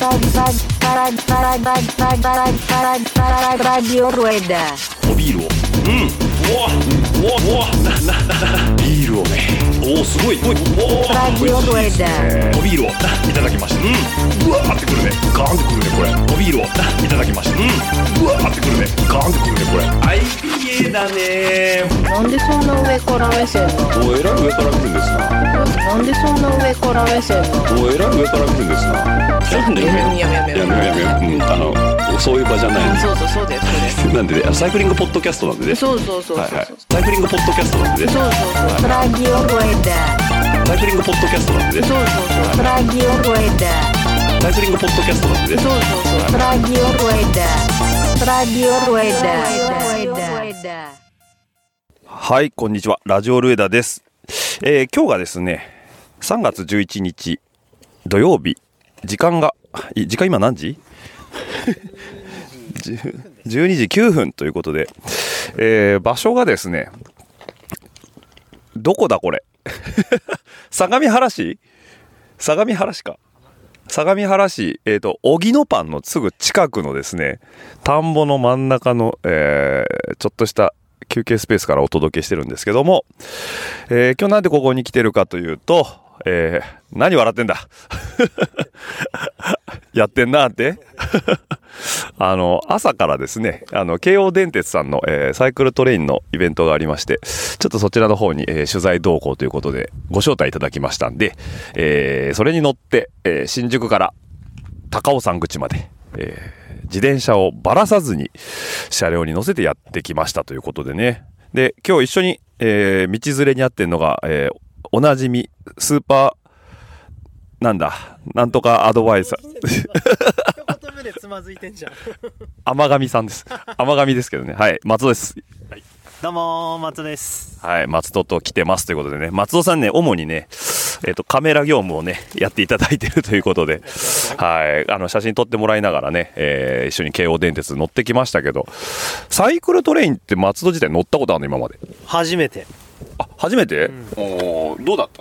Radio Rueda。 ビールをビールをね、おおすごい、 Radio Rueda。 おビールをいただきました。うわーってくるね、ガーンってくるねこれ。おビールをいただきました。うわーってくるね、ガーンってくるねこれ。IPA だね。 なんでそんな上から目線なの？ おえらい上から来るんですな。 なんでそんな上から目線なの？ おえらい上から来るんですな。なんでやめそういう場じゃない。 そうです。 なんでね、サイクリングポッドキャストなんでね。 そう。 はいはい。サイクリングポッドキャストなんでね。 そう。Radio Rueda。 サイクリングポッドキャストなんでね。 そう。Radio Rueda。 サイクリングポッドキャストなんでね。 そう。Radio Rueda。Radio Rueda。 はい、こんにちは。ラジオルエダです。今日がですね、3月11日土曜日、時間今何時12時9分ということで、場所がですね、どこだこれ相模原市か。相模原市、荻野パンのすぐ近くのですね、田んぼの真ん中の、ちょっとした休憩スペースからお届けしてるんですけども、今日なんでここに来てるかというと、何笑ってんだやってんなって朝からですね、京王電鉄さんの、サイクルトレインのイベントがありまして、ちょっとそちらの方に、取材同行ということでご招待いただきましたんで、それに乗って、新宿から高尾山口まで、自転車をばらさずに車両に乗せてやってきましたということでね。で、今日一緒に、道連れにあってんのが、おなじみスーパーなんとかアドバイザー一言目でつまずいてんじゃん甘神さんです。甘神ですけどね。はい、松戸です。はい、 どうも松です。 はい、松戸と来てますということでね、松戸さんね、主にね、カメラ業務をねやっていただいているということで、はい、写真撮ってもらいながらね、一緒に京王電鉄乗ってきましたけど、サイクルトレインって松戸自体乗ったことあるの今まで？ 初めて。 あ、初めて？どうだった？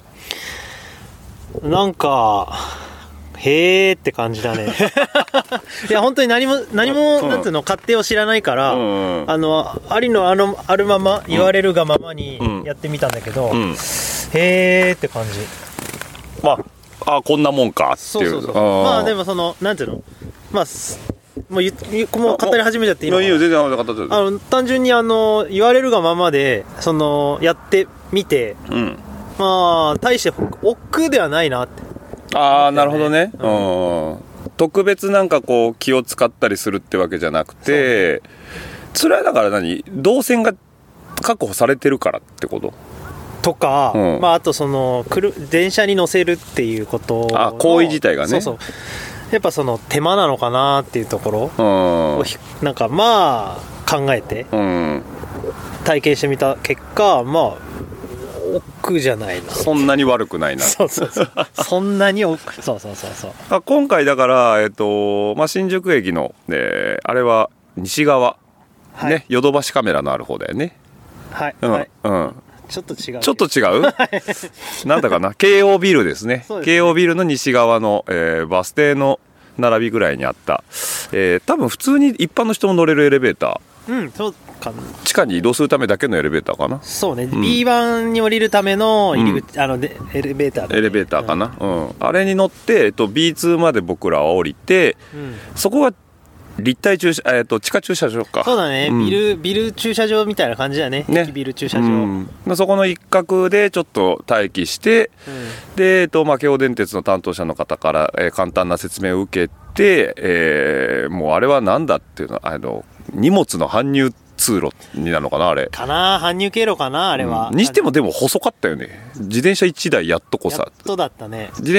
なんかへーって感じだねいや本当に何もなんていうの、勝手を知らないから、ありのあるまま言われるがままにやってみたんだけど、へーって感じ。 こんなもんかっていう。 そうまあでもなんていうの、まあもう語り始めちゃっていいのかな。いいよ、全然語って。単純に言われるがままでやってみて、まあ大して億劫ではないなって。 なるほどね。特別なんかこう気を使ったりするってわけじゃなくて、それはだから動線が確保されてるからってこととか、あと電車に乗せるっていうことの行為自体がね、 そうやっぱ手間なのかなっていうところをなんかまあ考えて体験してみた結果、まあ億劫じゃないな、 そんなに悪くないなそうそんなにそう今回だから、新宿駅の、あれは西側、ね、ヨドバシカメラのある方だよね。 はい、ちょっと違うなんだかな、京王ビルですね。京王ビルの西側の、バス停の並びぐらいにあった、多分普通に一般の人も乗れるエレベーター、 そうかな、 地下に移動するためだけのエレベーターかな。 そうね、B1 に降りるための入り口、エレベーターだね、 エレベーターかな、あれに乗って、B2 まで僕らは降りて、そこが立体地下駐車場か。そうだね、ビル駐車場みたいな感じだね。駅ビル駐車場、 そこの一角でちょっと待機して、で、京王電鉄の担当者の方から、簡単な説明を受けて、もうあれはなんだっていうの、荷物の搬入通路になるのかな、あれかな、搬入経路かな、あれは、 にしてもでも細かったよね。自転車1台やっとこさ、 やっとだったね。 自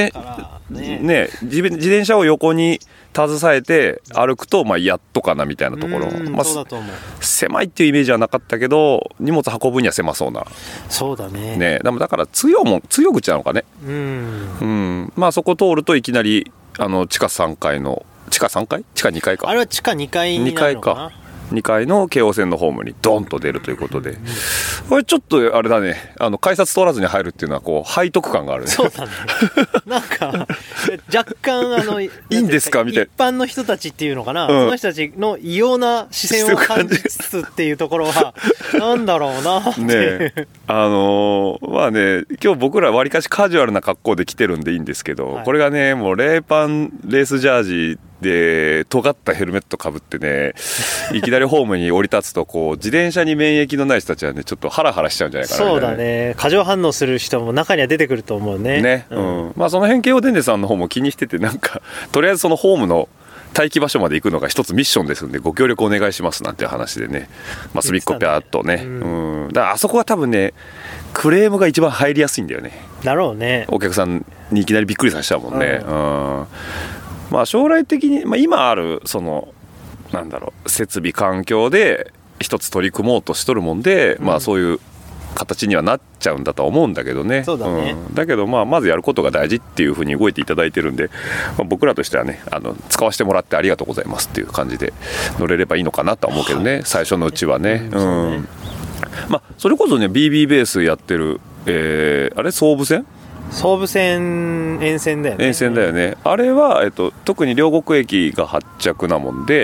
転車を横に携えて歩くと、やっとかなみたいなところ、 そうだと思う。 狭いっていうイメージはなかったけど、荷物運ぶには狭そうな。 そうだね。 でもだから強口なのかね。そこ通るといきなり地下3階の地下2階か、 あれは地下2階になるのかな。 2階の京王線のホームにドンと出るということで、これちょっとあれだね、改札通らずに入るっていうのはこう背徳感があるね。 そうだね。なんか若干いいんですかみたいな。一般の人たちっていうのかな、その人たちの異様な視線を感じつつっていうところはなんだろうなってね。まあね、今日僕らわりかしカジュアルな格好で来てるんでいいんですけど、これがねもうレーパンレースジャージで尖ったヘルメットかぶってね、いきなりホームに降り立つとこう自転車に免疫のない人たちはねちょっとハラハラしちゃうんじゃないかな、 そうだね、過剰反応する人も中には出てくると思うね。 まあその辺京王電鉄さんの方も気にしてて、なんかとりあえずそのホームの待機場所まで行くのが一つミッションですんでご協力お願いしますなんていう話でね、まあ、隅っこぴゃーっとね、だからあそこは多分ねクレームが一番入りやすいんだよね。 だろうね。 お客さんにいきなりびっくりさせちゃうもんね。まあ将来的に、まあ、今あるそのなんだろう設備環境で一つ取り組もうとしとるもんで、まあそういう形にはなっちゃうんだとは思うんだけどね。 そうだね。 だけどまあまずやることが大事っていうふうに動いていただいてるんで、まあ、僕らとしてはね使わせてもらってありがとうございますっていう感じで乗れればいいのかなとは思うけどね、最初のうちはね。まあそれこそね BB ベースやってる、あれ総武線沿線だよね。 沿線だよね。あれは、特に両国駅が発着なもんで、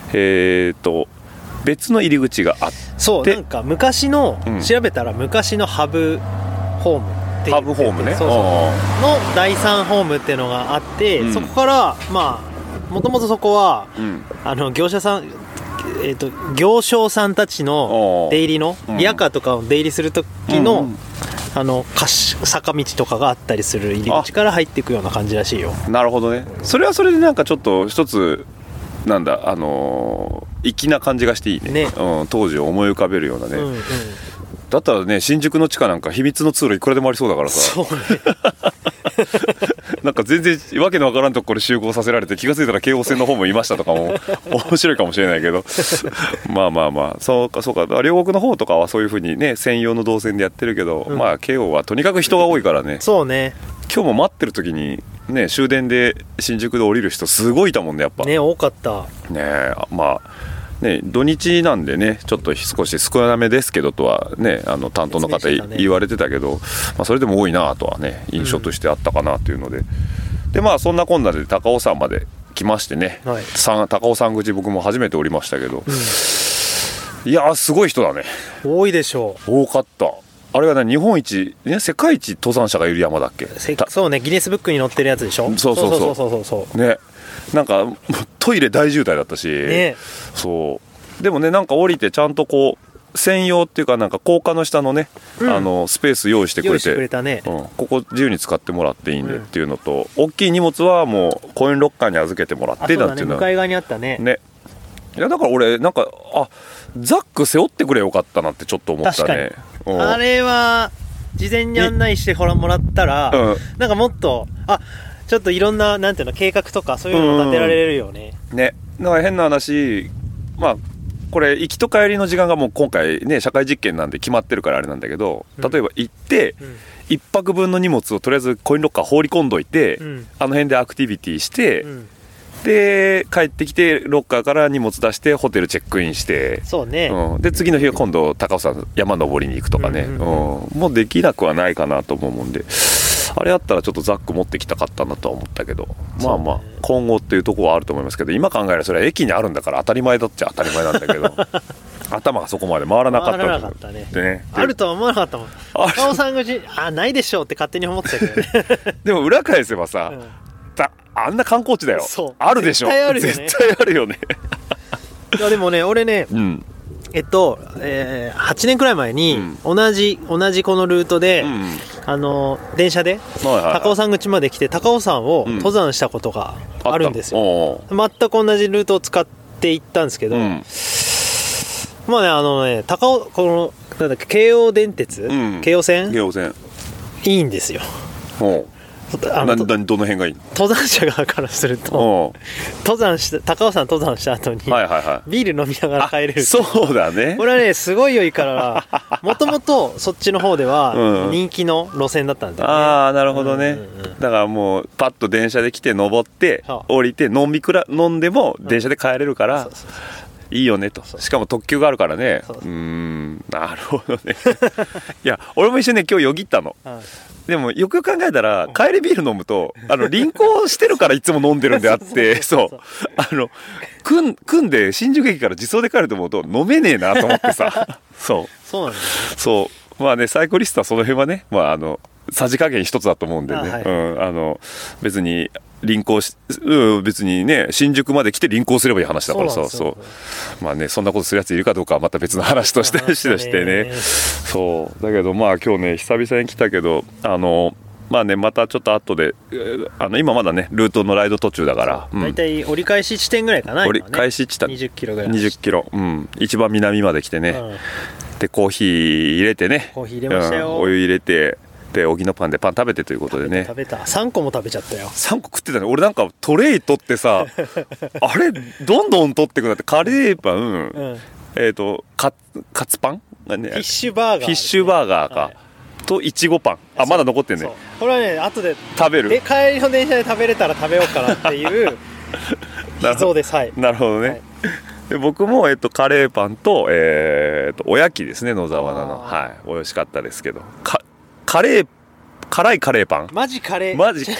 別の入り口があって、 そうなんか昔の、調べたら昔のハブホームっていうハブホームね、 そうそうの第3ホームっていうのがあって、そこからまあもともとそこは、業者さん行商さんたちの出入りの、リヤカーとかを出入りする時の、坂道とかがあったりする入り口から入っていくような感じらしいよ。 なるほどね。それはそれでなんかちょっと一つなんだ粋な感じがしていい ね、当時を思い浮かべるようなね、だったらね新宿の地下なんか秘密の通路いくらでもありそうだからさ。 そうね。 なんか全然わけのわからんところ集合させられて気が付いたら京王線の方もいましたとかも面白いかもしれないけどまあまあまあそうか両国の方とかはそういう風にね専用の動線でやってるけど、まあ京王はとにかく人が多いからね。 そうね。 今日も待ってる時にね終電で新宿で降りる人すごいいたもんねやっぱね。多かったね。まあね、土日なんでねちょっと少し少なめですけどとはね担当の方言われてたけど、まあ、それでも多いなとはね印象としてあったかなというので、でまあそんなこんなで高尾山まで来ましてね、高尾山口僕も初めて降りましたけど、いやすごい人だね。 多いでしょう。多かった。あれはね日本一、ね、世界一登山者がいる山だっけ。 そうね、ギネスブックに載ってるやつでしょ。 そうね。なんかトイレ大渋滞だったし、ね、そうでもねなんか降りてちゃんとこう専用っていうかなんか高架の下のね、スペース用意してくれて、 ね、 ここ自由に使ってもらっていいんでっていうのと、大きい荷物はもうコインロッカーに預けてもらってなんていうのは向かい側にあったね。 いやだから俺なんかザック背負ってくれよかったなってちょっと思ったね。 あれは事前に案内してもらったら、なんかもっとちょっといろんななんていうの計画とかそういうのを立てられるよね。 ね。だから変な話、まあこれ行きと帰りの時間がもう今回ね社会実験なんで決まってるからあれなんだけど、例えば行って、1泊分の荷物をとりあえずコインロッカー放り込んどいて、あの辺でアクティビティして、で帰ってきてロッカーから荷物出してホテルチェックインして、 そうね、 で次の日は今度高尾山山登りに行くとかね、もうできなくはないかなと思うもんで、あれあったらちょっとザック持ってきたかったなとは思ったけど、まあまあ今後っていうところはあると思いますけど、今考えればそれは駅にあるんだから当たり前だっちゃ当たり前なんだけど頭がそこまで回らなかったね。あるとは思わなかったもん。高尾山口ないでしょうって勝手に思ってたけどねでも裏返せばさ、あんな観光地だよ。あるでしょ。絶対あるよねいやでもね俺ね、8年くらい前に同じこのルートで、電車で高尾山口まで来て高尾山を登山したことがあるんですよ。全く同じルートを使って行ったんですけど、まあねこのなんだっけ京王電鉄、京王線いいんですよ。 どの辺がいいの？ 登山者側からすると高尾山登山した後にビール飲みながら帰れる。 そうだね。 これはねすごい良いからもともとそっちの方では人気の路線だったんだよね。 ああなるほどね、だからもうパッと電車で来て登って降りて飲んでも電車で帰れるから、 いいよねと。しかも特急があるからね。なるほどね。いや俺も一緒にね今日よぎったの、でもよくよく考えたら帰りビール飲むと輪行してるからいつも飲んでるんであってそう組んで新宿駅から自走で帰ると思うと飲めねえなと思ってさそうなんだよね。 そうまあねサイクリストはその辺はねまあさじ加減一つだと思うんでね、別に輪行別にね新宿まで来て輪行すればいい話だからさそうまあねそんなことするやついるかどうかはまた別の話としてねそうだけどまあ今日ね久々に来たけどまあねまたちょっと後で今まだねルートのライド途中だからだいたい折り返し地点ぐらいかな。 折り返し地点 20キロぐらい 20キロ一番南まで来てね、でコーヒー入れてねコーヒー入れましたよ、 お湯入れてで荻野パンでパン食べてということでね食べた3個も食べちゃったよ。 3個食ってたね。俺なんかトレイ取ってさあれどんどん取ってくなってカレーパン、カツパンがねフィッシュバーガーか、といちごパンまだ残ってんね。 これはね後で食べる帰りの電車で食べれたら食べようかなっていう秘蔵です。はいなるほどね、で僕も、カレーパンと、おやきですね野沢菜の美味しかったですけど辛いカレーパンマジカレーマジ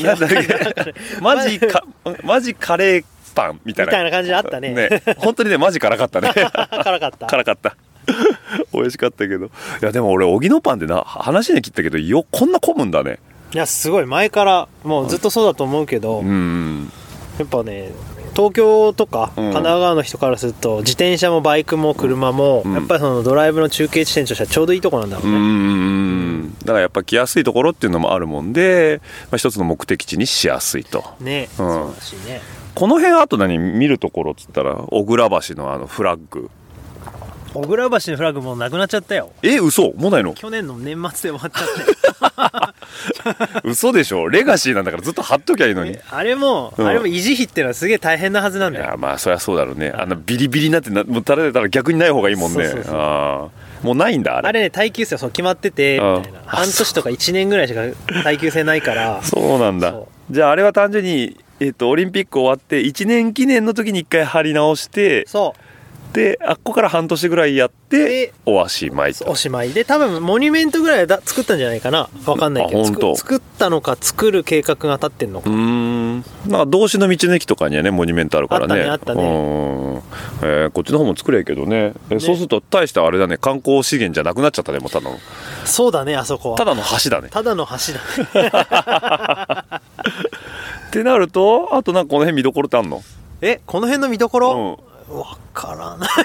カレーパンみたいな感じであったね本当にねマジ辛かったね辛かった美味しかったけどいやでも俺荻野パンで話に切ったけどこんな混むんだね。 いやすごい前からもうずっとそうだと思うけど、やっぱね東京とか神奈川の人からすると自転車もバイクも車もやっぱりそのドライブの中継地点としてはちょうどいいところなんだろうね。 だからやっぱ来やすいところっていうのもあるもんで、一つの目的地にしやすいとね、そうだしね。 この辺あと見るところっつったら小倉橋のフラッグ。 小倉橋のフラッグもうなくなっちゃったよ。 嘘もうないの？ 去年の年末で終わっちゃって嘘でしょ。レガシーなんだからずっと貼っときゃいいのに。 あれも維持費っていうのはすげえ大変なはずなんだよ。 いやまあそりゃそうだろうね。ビリビリになってもう垂れたら逆にない方がいいもんね。もうないんだあれね耐久性決まっててみたいな半年とか1年ぐらいしか耐久性ないからそうなんだ。じゃああれは単純に、オリンピック終わって1年記念の時に1回貼り直してでここから半年ぐらいやっておしまいと。 おしまいで多分モニュメントぐらい作ったんじゃないかな分かんないけど作ったのか作る計画が立ってんのか。 なんか道志の道の駅とかにはねモニュメントあるからね。 あったねこっちの方も作れけどねそうすると大したあれだね観光資源じゃなくなっちゃったねもうただの。 そうだねあそこはただの橋だね。 ただの橋だねってなるとあとなんかこの辺見どころってあんの？ この辺の見どころ、わからない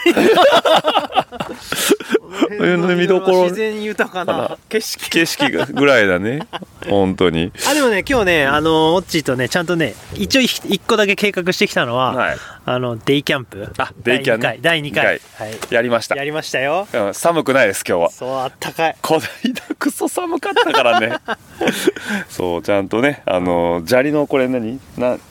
見どころ自然豊かな景色がぐらいだね本当に。 でもね今日ねオッチーとねちゃんとね一応1個だけ計画してきたのは、デイキャンプデイキャンね第2回やりましたよ。 寒くないです今日は。 そうあったかい。 こないだクソ寒かったからねそうちゃんとね砂利のこれ20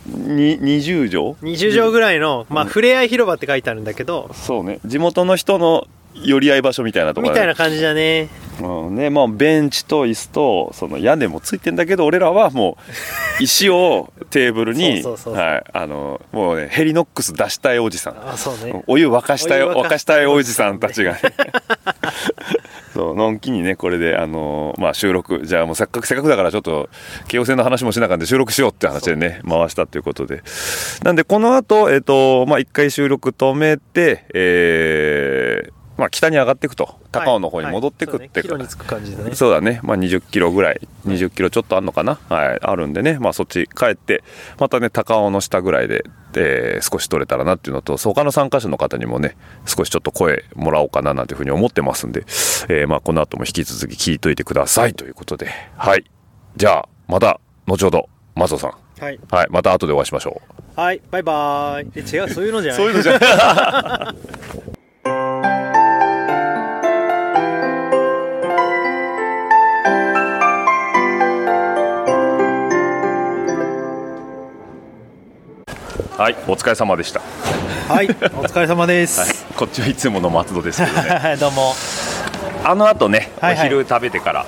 畳ぐらいのふれあい広場って書いてあるんだけどそうね地元の人の寄り合い場所みたいなところ、 みたいな感じだね。 ベンチと椅子とその屋根もついてんだけど俺らはもう石をテーブルにもうねヘリノックス出したいおじさんお湯沸かしたいおじさんたちがねそうのんきにねこれで収録じゃあもうせっかくだからちょっと京王線の話もしなかったんで収録しようって話でね回したということでなんでこの後一回収録止めて北に上がっていくと高尾の方に戻ってくってキロに着く感じだね。 そうだね20キロぐらい20キロちょっとあるのかなあるんでねそっち帰ってまたね高尾の下ぐらいで少し取れたらなっていうのと他の参加者の方にもね少しちょっと声もらおうかななんていうふうに思ってますんでこの後も引き続き聞いといてくださいということでじゃあまた後ほど松尾さんまた後でお会いしましょう。 バイバーイ。違うそういうのじゃないそういうのじゃないお疲れ様でした。 お疲れ様です、 こっちはいつもの松戸ですけどねどうも。 後ね、お昼食べてから、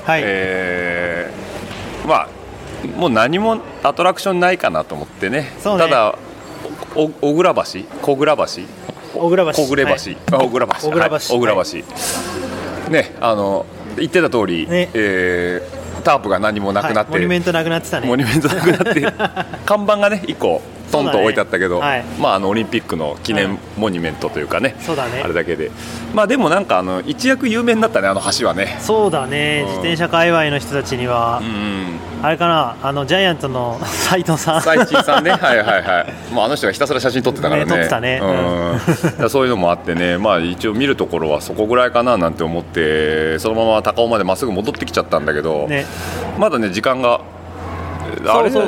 もう何もアトラクションないかなと思ってね。ただ小倉橋小倉橋、 小倉橋、小倉橋、 小倉橋、 小倉橋、ね、言ってた通り、 ね、 タープが何もなくなって、 モニュメントなくなってたね。 モニュメントなくなって看板がね1個トンと置いてあったけど、オリンピックの記念モニュメントというかね、 そうだね、 あれだけで、でもなんか一躍有名になったね、あの橋はね。 そうだね、自転車界隈の人たちには、あれかな、ジャイアントの斉藤さん、 斉藤さんね、はいはいはい、あの人がひたすら写真撮ってたからね、 撮ってたね、 そういうのもあってね、一応見るところはそこぐらいかななんて思って、そのまま高尾までまっすぐ戻ってきちゃったんだけど、まだね時間があれそう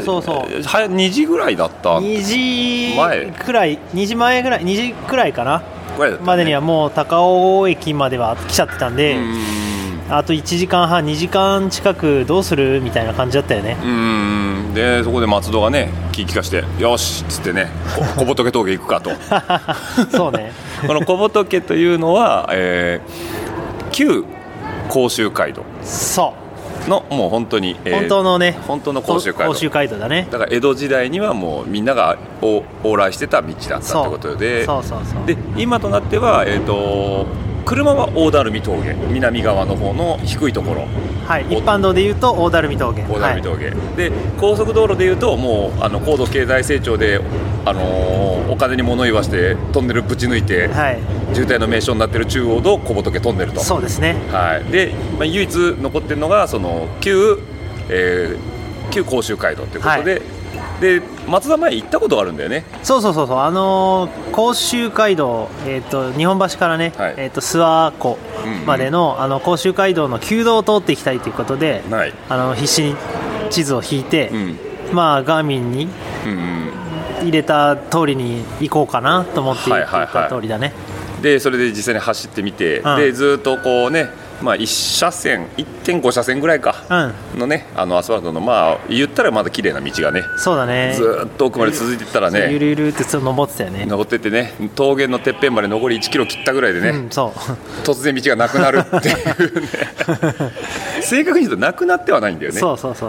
2時ぐらいだった、 2時くらい、2時前ぐらい、2時くらいかな、までにはもう高尾駅までは来ちゃってたんで、あと1時間半、2時間近くどうするみたいな感じだったよね。 でそこで松戸がね気利かしてよしっつってね小仏峠行くかとそうねこの小仏というのは、旧甲州街道のもう本当に、 本当のね、 本当の甲州街道だね。 だから江戸時代にはもうみんなが往来してた道だったということで、で今となっては、車は大垂水峠、南側の方の低いところ、 一般道でいうと大垂水峠、 で高速道路でいうともう高度経済成長で、お金に物言わしてトンネルぶち抜いて、渋滞の名所になっている中央道小仏トンネルと。 そうですね、 で、唯一残っているのがその旧甲州街道ということで、で松田前行ったことがあるんだよね。 そう甲州街道、日本橋からね、諏訪湖までの、甲州街道の旧道を通っていきたいということで、必死に地図を引いて、ガーミンに入れた通りに行こうかなと思って行った通りだね。 でそれで実際に走ってみて、でずっとこうね、1車線 1.5 車線ぐらいかのね、アスファルトの言ったらまだ綺麗な道がね、 そうだね、 ずっと奥まで続いていったらね、 ゆるゆるって登ってたよね。 登ってってね、峠のてっぺんまで残り1キロ切ったぐらいでね、突然道がなくなるっていうね正確に言うとなくなってはないんだよね。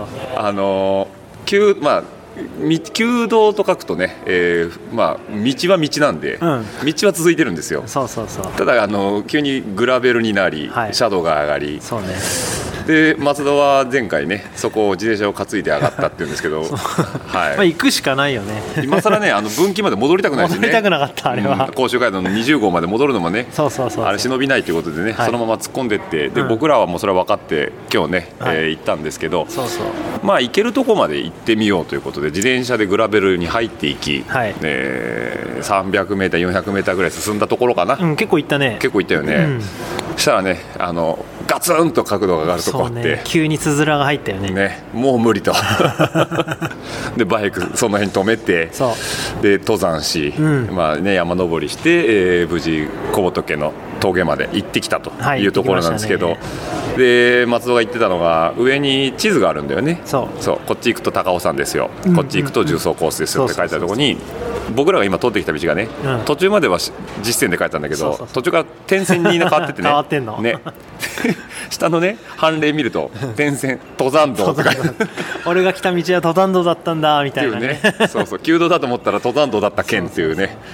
旧道と書くとね、道は道なんで、道は続いてるんですよ。ただ急にグラベルになり、シャドウが上がり、で松田は前回ねそこを自転車を担いで上がったっていうんですけど行くしかないよね今更ね分岐まで戻りたくないしね、 戻りたくなかったあれは、 甲州街道の20号まで戻るのもね、あれ忍びないということでね、そのまま突っ込んでって、で僕らはもうそれは分かって今日ね、行ったんですけど、行けるとこまで行ってみようということで自転車でグラベルに入っていき、300m 400m ぐらい進んだところかな、 結構行ったね。 結構行ったよね、したらねガツンと角度が上がるとこあって、 急につづらが入ったよね。 もう無理とでバイクその辺に止めて、で登山し、山登りして、無事小仏の峠まで行ってきたというところなんですけど、で松戸が言ってたのが上に地図があるんだよね。こっち行くと高尾山ですよ、こっち行くと重曹コースですよって書いてあるところに、僕らが今通ってきた道がね、途中までは実線で書いてたんだけど、途中から点線に変わっててね変わってんのね下のね判例見ると点線登山道って書いてある俺が来た道は登山道だったんだみたいなね旧道だと思ったら登山道だった県っていうね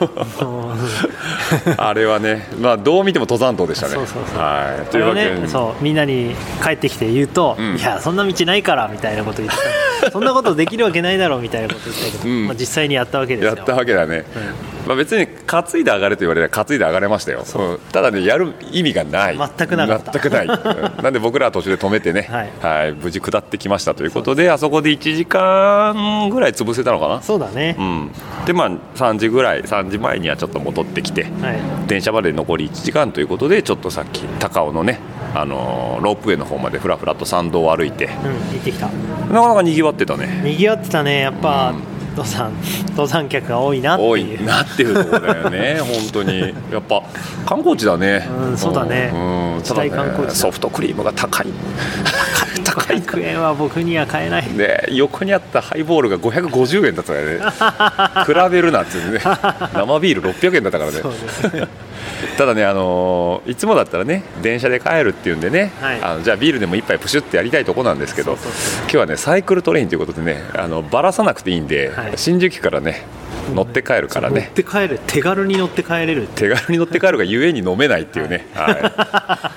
あれはね、どう見ても登山道でしたね。というわけで、 みんなに帰ってきて言うと、いやそんな道ないからみたいなこと言ってたそんなことできるわけないだろうみたいなこと言ってたけど、実際にやったわけですよ。 やったわけだね、別に担いで上がれと言われれば担いで上がれましたよ。ただねやる意味がない、 全くなかった。 全くないなんで僕らは途中で止めてね、無事下ってきましたということで、あそこで1時間ぐらい潰せたのかな。 そうだね、 で3時ぐらい、3時前にはちょっと戻ってきて、電車まで残り1時間ということで、ちょっとさっき高尾のねロープウェイの方までふらふらと参道を歩いて、 行ってきた。 なかなかにぎわってたね。 にぎわってたね、やっぱ、登山客が多いなっていう。 多いなっていうところだよね本当にやっぱ観光地だね。 そうだね、 ただねソフトクリームが高い 500円は僕には買えない、 横にあったハイボールが550円だったからね比べるなっていうね生ビール600円だったからね。 そうですねただね、いつもだったらね電車で帰るっていうんでね、じゃあビールでも一杯プシュってやりたいとこなんですけど、今日はねサイクルトレインということでねバラさなくていいんで、新宿からね乗って帰るからね。 乗って帰る、手軽に乗って帰れる。 手軽に乗って帰るがゆえに飲めないっていうね、はい、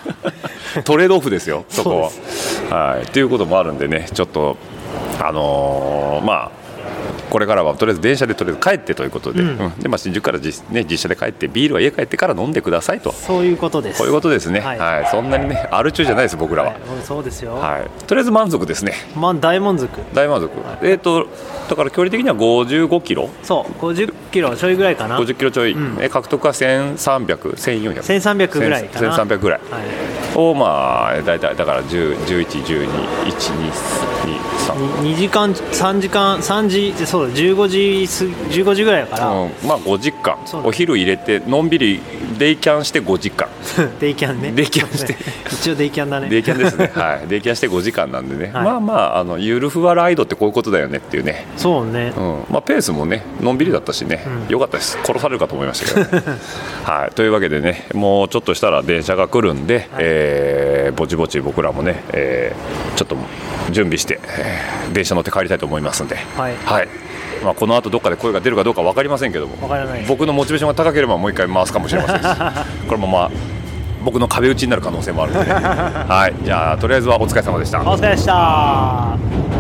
トレードオフですよ、そこは。はい、ということもあるんでね、ちょっとまあこれからはとりあえず電車でとりあえず帰ってということで、で新宿から実車で帰ってビールは家帰ってから飲んでくださいと、 そういうことです。 こういうことですね、はい、そんなにねアル中じゃないです僕らは、 そうですよ、 はい、とりあえず満足ですね。 大満足、 大満足、だから距離的には55キロ、 そう50キロちょいぐらいかな、 50キロちょい、獲得は1300、1400、 1300ぐらいかな、 1300ぐらいを、まあ大体だから10、11、12、1、2、3 2時間3時間3時、そうだ15時ぐらいだから、 まあ5時間、お昼入れてのんびりデイキャンして5時間デイキャンね、 デイキャンして一応デイキャンだね、 デイキャンですね、はい、デイキャンして5時間なんでね、まあまあゆるふわライドってこういうことだよねっていうね、 そうね、 まあペースもねのんびりだったしね、よかったです。殺されるかと思いましたけど、ねはい、というわけでね、もうちょっとしたら電車が来るんで、ぼちぼち僕らもね、ちょっと準備して、電車乗って帰りたいと思いますんで、はい、まあ、この後どっかで声が出るかどうか分かりませんけども、僕のモチベーションが高ければもう一回回すかもしれませんしこれもまあ僕の壁打ちになる可能性もあるので、はい、じゃあとりあえずはお疲れ様でした。 お疲れでした。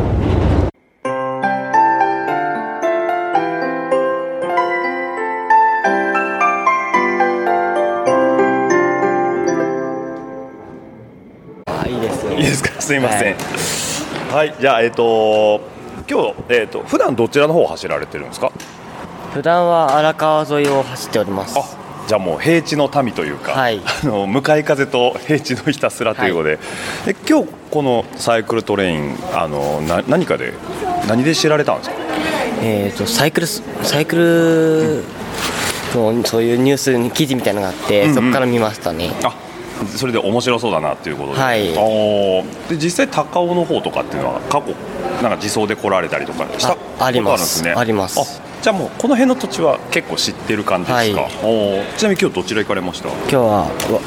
いいですか、すいません。はい、じゃあ今日普段どちらの方を走られてるんですか？ 普段は荒川沿いを走っております。 じゃあもう平地の民というか、はい、向かい風と平地のひたすらということで、はい、今日このサイクルトレイン何で知られたんですか？サイクルのそういうニュースに記事みたいなのがあって、そこから見ましたね。 それで面白そうだなということで、はい、で実際高尾の方とかっていうのは過去なんか自走で来られたりとかしたことあるんですね。 あります。 じゃあもうこの辺の土地は結構知ってる感じですか？はい、ちなみに今日どちら行かれました？ 今日は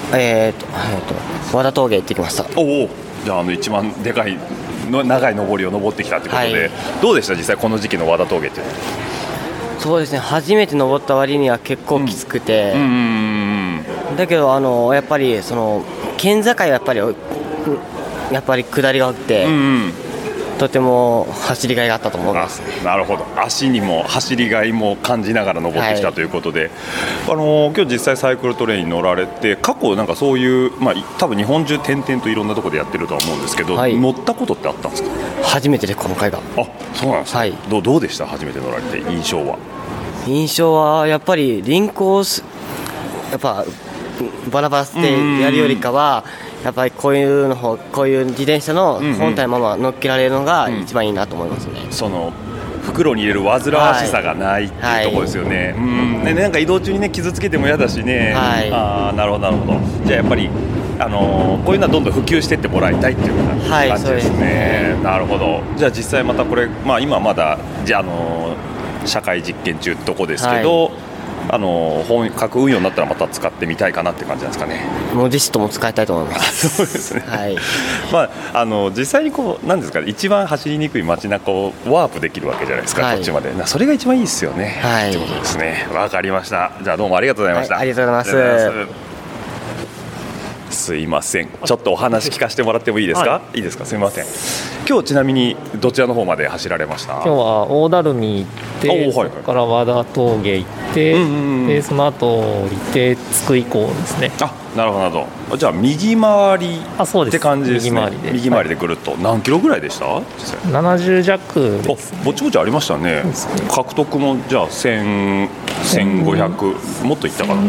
和田峠行ってきました。 じゃあ一番でかい長い登りを登ってきたということで、はい、どうでした実際この時期の和田峠っていうのは？ そうですね、初めて登った割には結構きつくて、だけどやっぱりその県境はやっぱり下りがあって、とても走りがいがあったと思います。 なるほど、足にも走りがいも感じながら登ってきたということで、今日実際サイクルトレインに乗られて、過去なんかそういう、多分日本中転々といろんなところでやってるとは思うんですけど、乗ったことってあったんですか？ 初めてで、今回が。 そうなんですか。はい、どうでした？初めて乗られて印象はやっぱり輪行やっぱバラバラしてやるよりかは、やっぱりこういう自転車の本体のまま乗っけられるのが一番いいなと思いますね。 その袋に入れる煩わしさがないっていうところですよね。なんか移動中にね傷つけても嫌だしね。なるほどなるほど。じゃあやっぱりこういうのはどんどん普及していってもらいたいっていう感じですね。なるほど。じゃあ実際またこれ、今まだ社会実験中ってとこですけど、本格運用になったらまた使ってみたいかなって感じなんですかね。 もう実とも使いたいと思います。 そうですね。はい。実際になんですかね、一番走りにくい街中をワープできるわけじゃないですか、こっちまで。それが一番いいですよね。はい。ということですね。わかりました。じゃあどうもありがとうございました。 ありがとうございます。 すいません、ちょっとお話聞かせてもらってもいいですか？いいですか？すいません。今日ちなみにどちらの方まで走られました？ 今日は大垂水行って、そこから和田峠行って、でその後降りて津久井港ですね。 なるほどなるほど。じゃあ右回りって感じですね。右回りでぐるっと何キロぐらいでした ？70弱です、 ぼちぼちありましたね。獲得もじゃあ1500もっといったかな。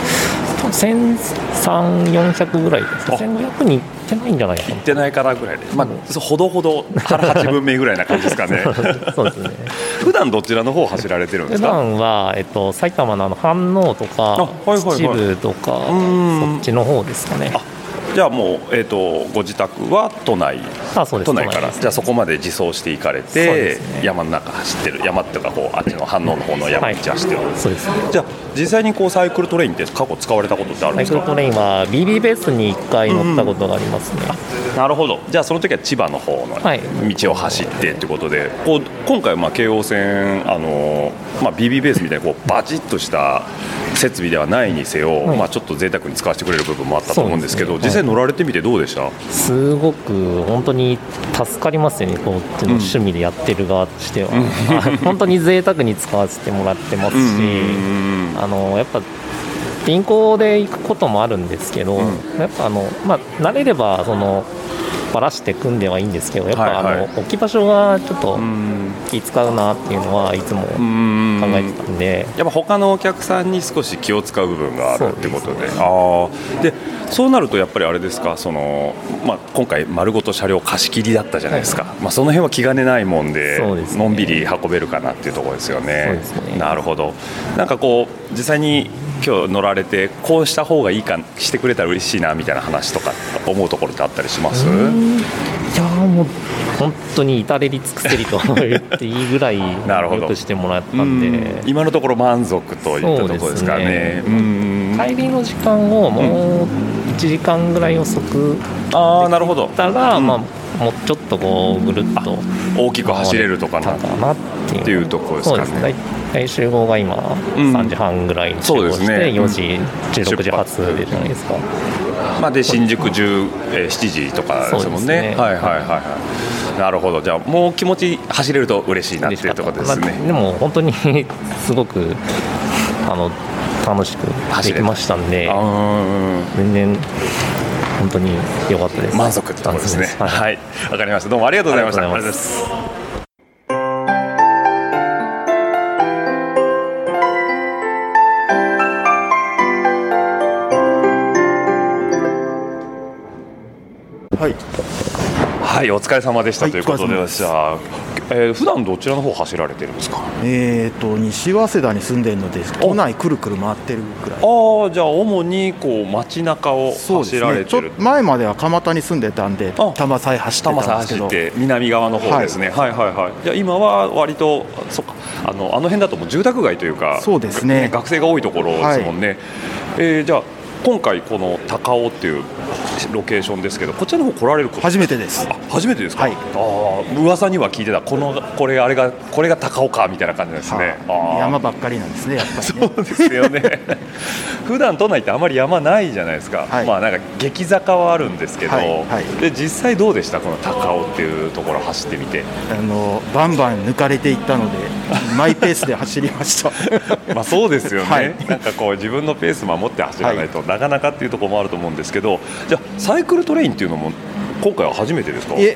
1300、400ぐらいです。1500にいってないんじゃないかな。いってないからぐらいで、ほどほど腹8分目ぐらいな感じですかね。 そうですね。 普段どちらの方走られてるんですか？ 普段は埼玉の飯能とか秩父とかそっちの方ですかね。 じゃあもうご自宅は都内そうです。 都内から、じゃあそこまで自走して行かれて、山の中走ってる、山っていうかこうあっちの飯能の方の山道走ってる、 そうです。 じゃあ実際にこうサイクルトレインって過去使われたことってあるんですか？ サイクルトレインは BB ベースに1回乗ったことがありますね。 なるほど。じゃあその時は千葉の方の道を走ってってことで、こう今回京王線BB ベースみたいにこうバチッとした設備ではないにせよ、ちょっと贅沢に使わせてくれる部分もあったと思うんですけど、実際乗られてみてどうでした？ すごく本当に助かりますよね、こっちの趣味でやってる側としては、本当に贅沢に使わせてもらってますし、やっぱ輪行で行くこともあるんですけど、やっぱ慣れればばらして組んではいいんですけど、やっぱ置き場所がちょっと気使うなっていうのはいつも考えてたんで、 やっぱ他のお客さんに少し気を使う部分があるってことで、そうなるとやっぱりあれですか、今回丸ごと車両貸し切りだったじゃないですか、その辺は気兼ねないもんで、のんびり運べるかなっていうところですよね。なるほど。なんかこう実際に今日乗られてこうした方がいいかしてくれたら嬉しいなみたいな話とか思うところってあったりします？ いやもう本当に至れり尽くせりと言っていいぐらいよくしてもらったんで、 今のところ満足といったところですかね。 帰りの時間をもう1時間ぐらい遅くなるほど。 たら、もうちょっとこうぐるっと大きく走れるとかなっていうところですかね。 そうですね。集合が今3時半ぐらいに集合して、4時16時発でじゃないですか。 で新宿7時とかですもんね。なるほど。じゃあもう気持ち走れると嬉しいなっていうところですね。 でも本当にすごく楽しくできましたんで、全然本当に良かったです。 満足ってところですね。はい、わかりました。どうもありがとうございました。ありがとうございます。はい、お疲れ様でしたということで、普段どちらの方走られてるんですか？ 西早稲田に住んでるので都内くるくる回ってるくらい。 じゃあ主にこう街中を走られてる。 前までは蒲田に住んでたんで多摩西走ってたんですけど、 南側の方ですね。じゃあ今は割とあの辺だともう住宅街というか、 そうですね、 学生が多いところですもんね。じゃあ今回この高尾っていうロケーションですけど、こちらの方来られること初めてです。 初めてですか？噂には聞いてた。これが高尾かみたいな感じですね。 山ばっかりなんですね、やっぱりね。 そうですよね。普段都内ってあまり山ないじゃないですか。なんか激坂はあるんですけど、で実際どうでした、この高尾っていうところ走ってみて？ バンバン抜かれていったのでマイペースで走りました。 そうですよね。なんかこう自分のペース守って走らないとなかなかっていうところもあると思うんですけど、じゃあサイクルトレインっていうのも今回は初めてですか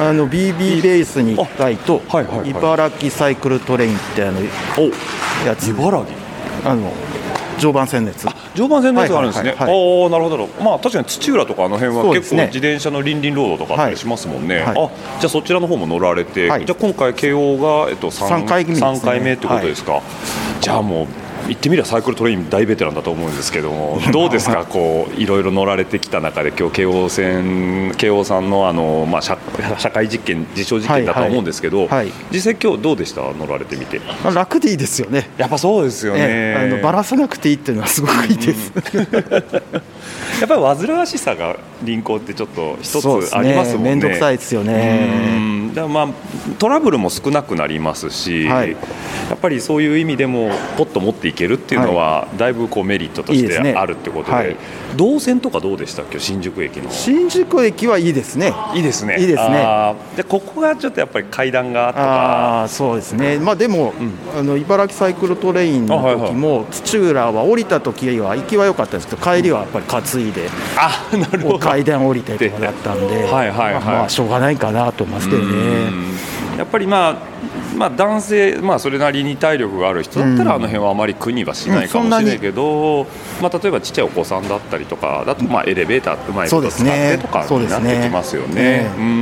？BB ベースに1回と、茨城サイクルトレインってやつ、 茨城常磐線のやつ、 常磐線のやつがあるんですね。なるほど。確かに土浦とかあの辺は結構自転車のリンリンロードとかあったりしますもんね。じゃあそちらの方も乗られて、じゃあ今回慶応が3回目ってことですか？じゃあもう言ってみればサイクルトレイン大ベテランだと思うんですけども、どうですか、こういろいろ乗られてきた中で、今日慶応さんの社会実験、実証実験だと思うんですけど、実際今日どうでした、乗られてみて？ 楽でいいですよね。 やっぱそうですよね。 ばらさなくていいっていうのはすごくいいです。 やっぱり煩わしさが輪行ってちょっと一つありますもんね。 面倒くさいですよね。 だからトラブルも少なくなりますし、やっぱりそういう意味でもポッと持っていけるっていうのはだいぶこうメリットとしてあるってことで、動線とかどうでしたっけ？新宿駅の。 新宿駅はいいですね。 いいですね。でここがちょっとやっぱり階段がとか。 そうですね。でも、茨城サイクルトレインの時も土浦は降りた時は行きは良かったんですけど、帰りはやっぱり担いで階段降りてとかだったんで、しょうがないかなと思いますけどね。 やっぱり男性、それなりに体力がある人だったらあの辺はあまり苦にはしないかもしれないけど、例えばちっちゃいお子さんだったりとかだと、エレベーターうまいこと使ってとかになってきますよね。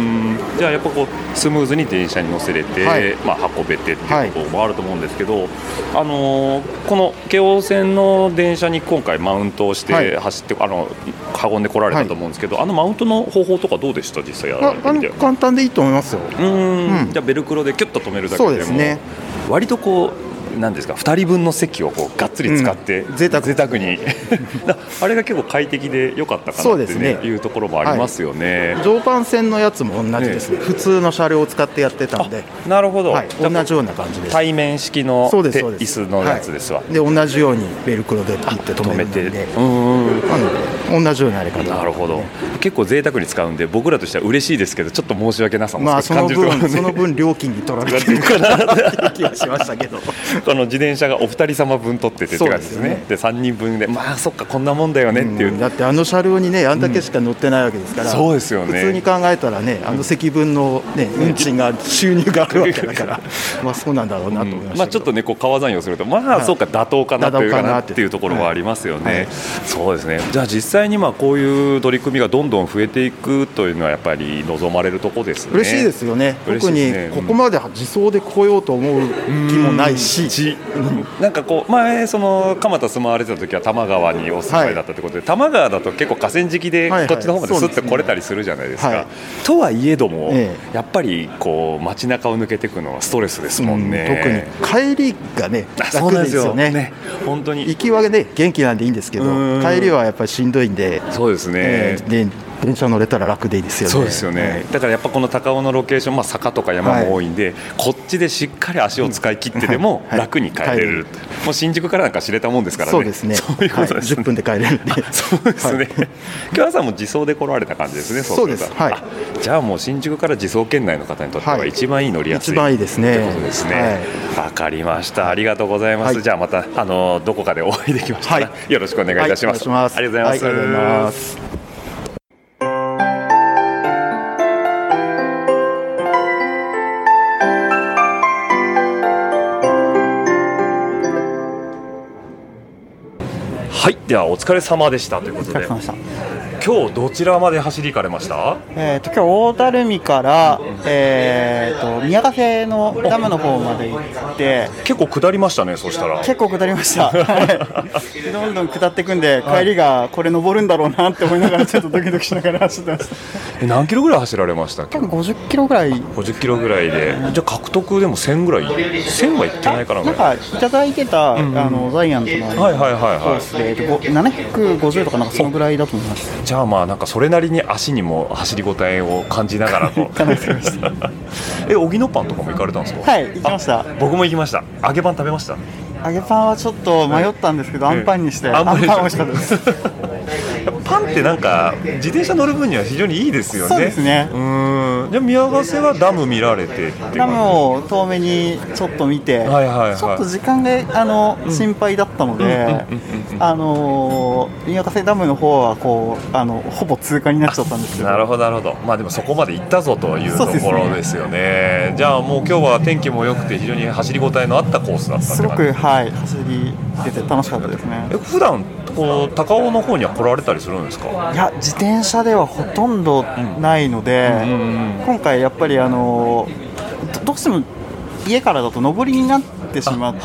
じゃあやっぱこうスムーズに電車に乗せれて、 はい運べてっていうこともあると思うんですけど、この京王線の電車に今回マウントをして走って、運んでこられたと思うんですけど、マウントの方法とかどうでした、実際やられてみて。 簡単でいいと思いますよ。 じゃあベルクロでキュッと止めるだけでも、 そうですね、 割とこうなんですか、2人分の席をこうがっつり使って、贅沢にあれが結構快適で良かったかなって、いうところもありますよね。 常磐線のやつも同じですね、普通の車両を使ってやってたんで。 なるほど、 同じような感じです。 対面式の椅子のやつですわ。 で同じようにベルクロでピッて止めるので、なので同じようなやり方。 なるほど、結構贅沢に使うんで僕らとしては嬉しいですけど、ちょっと申し訳なさも少し感じるところで、 その分料金に取られてるかなって気がしましたけどこの自転車がお二人様分取っててって感じですね。で3人分で、そっか、こんなもんだよねっていう、 だって車両にね、あんだけしか乗ってないわけですから、 そうですよね。 普通に考えたらね、席分のね、運賃が収入があるわけだからそうなんだろうなと思いました。 ちょっとね、こう川算用するとそうか、妥当かなというかなっていうところはありますよね。そうですね。じゃあ実際にこういう取り組みがどんどん増えていくというのはやっぱり望まれるところですね。 嬉しいですよね。特にここまで自走で来ようと思う気もないし、 なんかこう前蒲田住まわれてた時は多摩川にお住まいだったということで、多摩川だと結構河川敷でこっちの方まですって来れたりするじゃないですか。とはいえども、やっぱりこう街中を抜けていくのはストレスですもんね。特に帰りがね、楽ですよね。本当に行きはね元気なんでいいんですけど、帰りはやっぱりしんどいんで。そうですね。電車乗れたら楽でいいですよね。そうですよね。だからやっぱこの高尾のロケーション、坂とか山も多いんで、こっちでしっかり足を使い切ってでも楽に帰れる。もう新宿からなんか知れたもんですからね。そうですね。そういうことですね。10分で帰れるんで。そうですね。今日朝も自走で来られた感じですね。そうです。じゃあもう新宿から自走圏内の方にとっては一番いい乗りやすい。一番いいですね。ってことですね。わかりました。ありがとうございます。じゃあまたどこかでお会いできましたらよろしくお願いいたします。ありがとうございます。ありがとうございます。はい、ではお疲れ様でしたということで、今日どちらまで走り行かれました？ 今日大垂水から、宮ヶ瀬のダムの方まで行って結構下りましたね。そしたら結構下りましたどんどん下っていくんで、帰りがこれ登るんだろうなって思いながらちょっとドキドキしながら走ってました何キロぐらい走られました？ 多分50キロぐらい。 50キロぐらいで、じゃあ獲得でも1000ぐらい、1000はいってないかな。なんかいただいてた、ジャイアントのコースで750とかなんかそのぐらいだと思います。 じゃあなんかそれなりに足にも走りごたえを感じながらと荻野パンとかも行かれたんですか？ はい、行きました。 僕も行きました。揚げパン食べました？ 揚げパンはちょっと迷ったんですけど、アンパンにして、アンパン美味しかったですパンってなんか自転車乗る分には非常にいいですよね。 そうですね。 じゃあ宮ヶ瀬はダム見られてダムを遠目にちょっと見て、ちょっと時間が心配だったので、宮ヶ瀬ダムの方はこうほぼ通過になっちゃったんですけど。 なるほどなるほど。でもそこまで行ったぞというところですよね。じゃあもう今日は天気も良くて非常に走りごたえのあったコースだったって感じ。すごく走り出て楽しかったですね。 普段こう高尾の方には来られたりするんですか？ いや、自転車ではほとんどないので、今回やっぱりどうしても家からだと上りになってしまって、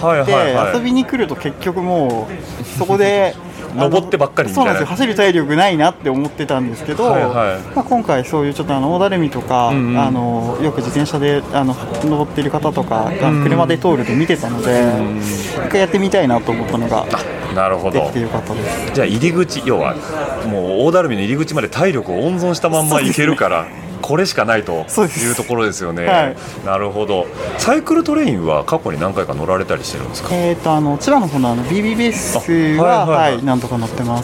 遊びに来ると結局もうそこで登ってばっかりみたいな。 そうなんですよ。走る体力ないなって思ってたんですけど、今回そういうちょっと大垂水とか、よく自転車で登っている方とか車で通ると見てたので、一回やってみたいなと思ったのができてよかったです。 じゃあ入り口、要はもう大垂水の入り口まで体力を温存したまんま行けるから、これしかないというところですよね。なるほど。サイクルトレインは過去に何回か乗られたりしてるんですか？ 千葉の方のBB ベースは何とか乗ってます。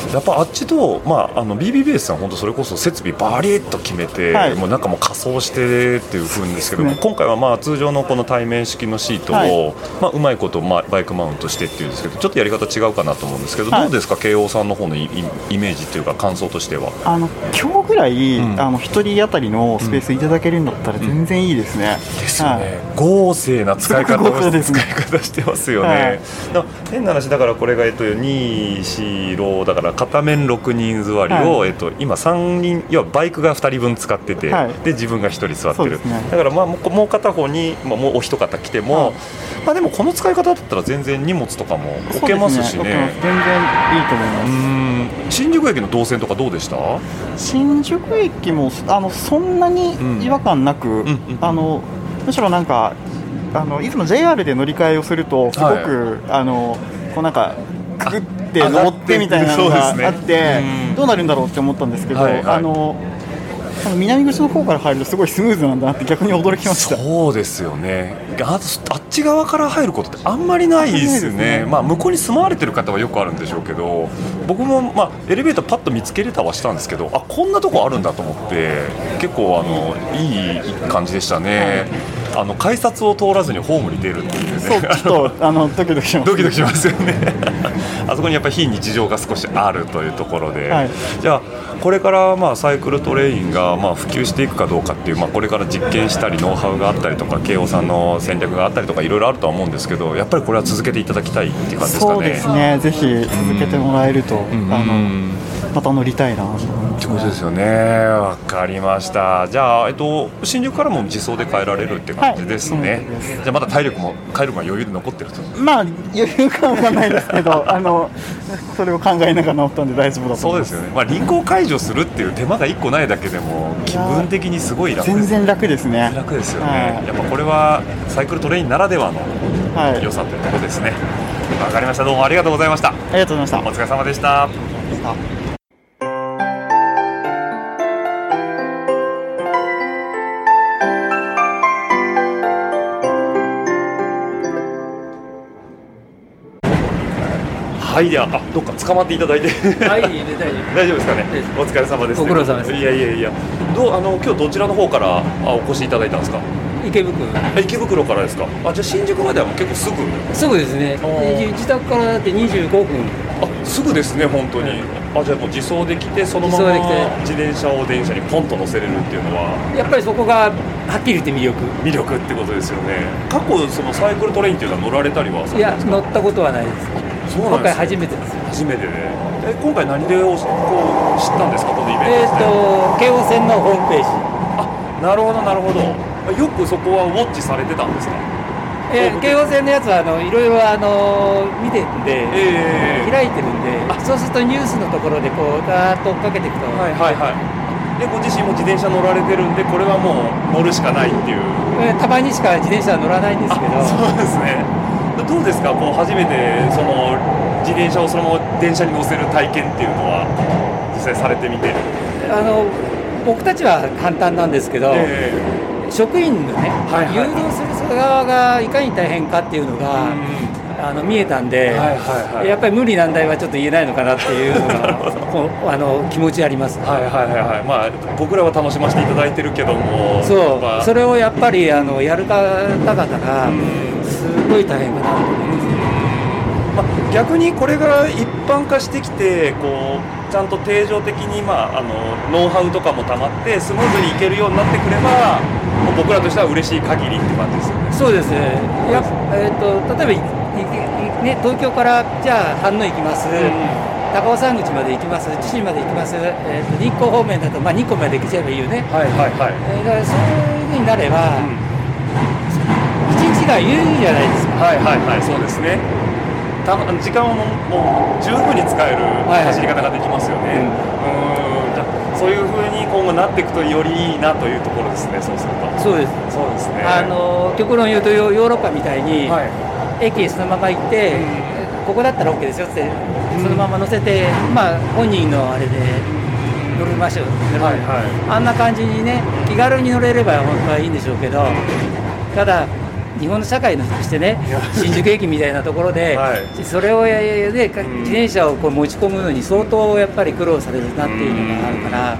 やっぱあっちと、BB ベースさん本当それこそ設備バリッと決めて、もうなんかもう仮装してっていう風んですけど、今回は通常のこの対面式のシートを、うまいことバイクマウントしてっていうんですけど、ちょっとやり方違うかなと思うんですけど、どうですか慶応さんの方のイメージというか感想としては。 今日ぐらい、1人当たたりのスペースいただけるんだったら全然いいですね。 ですよね。豪勢な使い方してますよね。変な話だからこれが2、4、6だから片面6人座りを今3人、要はバイクが2人分使ってて、で自分が1人座ってる。だからもう片方にもうお一方来ても、でもこの使い方だったら全然荷物とかも置けますしね。 全然いいと思います。 新宿駅の動線とかどうでした？ 新宿駅もそんなに違和感なく、むしろなんかいつも JR で乗り換えをするとすごく、こうなんかくぐって登ってみたいなのがあって、どうなるんだろうって思ったんですけど、南口の方から入るとすごいスムーズなんだなって逆に驚きました。 そうですよね。あっち側から入ることってあんまりないですね。向こうに住まわれてる方はよくあるんでしょうけど、僕もエレベーターパッと見つけれたはしたんですけど、こんなとこあるんだと思って結構いい感じでしたね。改札を通らずにホームに出るっていうね。 そう、ちょっとドキドキします。 ドキドキしますよね。あそこにやっぱり非日常が少しあるというところで、じゃあこれからサイクルトレインが普及していくかどうかっていう、これから実験したりノウハウがあったりとか慶応さんの戦略があったりとかいろいろあるとは思うんですけど、やっぱりこれは続けていただきたいっていう感じですかね。 そうですね。ぜひ続けてもらえると、また乗りたいなと思います。 そうですよね。わかりました。じゃあ、新宿からも自走で帰られるって感じですね。じゃあまだ体力も帰るのは余裕で残ってると。 余裕感はないですけどそれを考えながら乗ったんで大丈夫だと思います。 そうですよね。輪行解除するっていう手間が1個ないだけでも気分的にすごい楽です。 全然楽ですね。 楽ですよね。やっぱこれはサイクルトレインならではの良さというところですね。わかりました。どうもありがとうございました。 ありがとうございました。 お疲れ様でした。はい、ではどっか捕まっていただいてはい、 大丈夫ですかね。お疲れ様です。 ご苦労様です。 いや今日どちらの方からお越しいただいたんですか？ 池袋からですか？じゃあ新宿までは結構すぐですね。自宅からだって25分。 すぐですね、本当に。じゃあもう自走で来てそのまま自転車を電車にポンと乗せれるっていうのはやっぱりそこがはっきり言って魅力ってことですよね。過去そのサイクルトレインっていうのは乗られたりはされたんですか？ いや、乗ったことはないです。今回初めてです。 初めてで、今回何で知ったんですか、このイベント？ 京王線のホームページ。 なるほどなるほど。よくそこはウォッチされてたんですか？ 京王線のやつはいろいろ見てるんで、開いてるんで、そうするとニュースのところでガーッと追っかけていくと、 でご自身も自転車乗られてるんで、これはもう乗るしかないっていう。 たまにしか自転車は乗らないんですけど。 そうですね。どうですか、初めてその自転車をそのまま電車に乗せる体験っていうのは実際されてみて？ 僕たちは簡単なんですけど、職員のね、誘導する側がいかに大変かっていうのが見えたんで、やっぱり無理難題はちょっと言えないのかなっていうのが気持ちあります。 僕らは楽しませていただいてるけども、 それをやっぱりやる方々がすごい大変かなと思います。 逆にこれが一般化してきてちゃんと定常的にノウハウとかもたまってスムーズにいけるようになってくれば、僕らとしては嬉しい限りって感じですよね。 そうですね。例えば東京からじゃあ飯能行きます、高尾山口まで行きます、知事まで行きます、日光方面だと日光まで行けちゃえばいいよね。だからそういう風になれば、一日が有意義じゃないですか。 そうですね。時間をもう十分に使える走り方ができますよね。じゃあそういう風に今後なっていくとよりいいなというところですね。そうすると。 そうですね。極論言うとヨーロッパみたいに、駅へそのまま行って、ここだったら OK ですよってそのまま乗せて、本人のあれで乗りましょう、あんな感じにね、気軽に乗れれば本当はいいんでしょうけど、ただ日本の社会としてね、新宿駅みたいなところで、それを自転車を持ち込むのに相当やっぱり苦労されるなっていうのがあるから、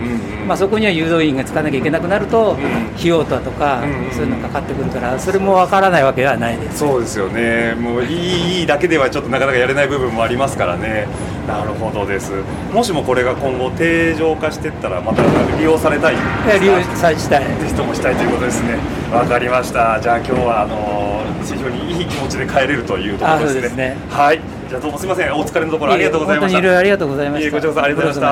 そこには誘導員がつかなきゃいけなくなると、費用とかそういうのがかかってくるから、それもわからないわけではないです。 そうですよね。もういいだけではちょっとなかなかやれない部分もありますからね。 なるほどです。もしもこれが今後定常化していったらまた利用されたい利用したいぜひともしたいということですね。わかりました。じゃあ今日は非常にいい気持ちで帰れるというところですね。 そうですね。 はい。じゃあどうもすみません、お疲れのところありがとうございました。 本当にいろいろありがとうございました。 こちらこそありがとうございました。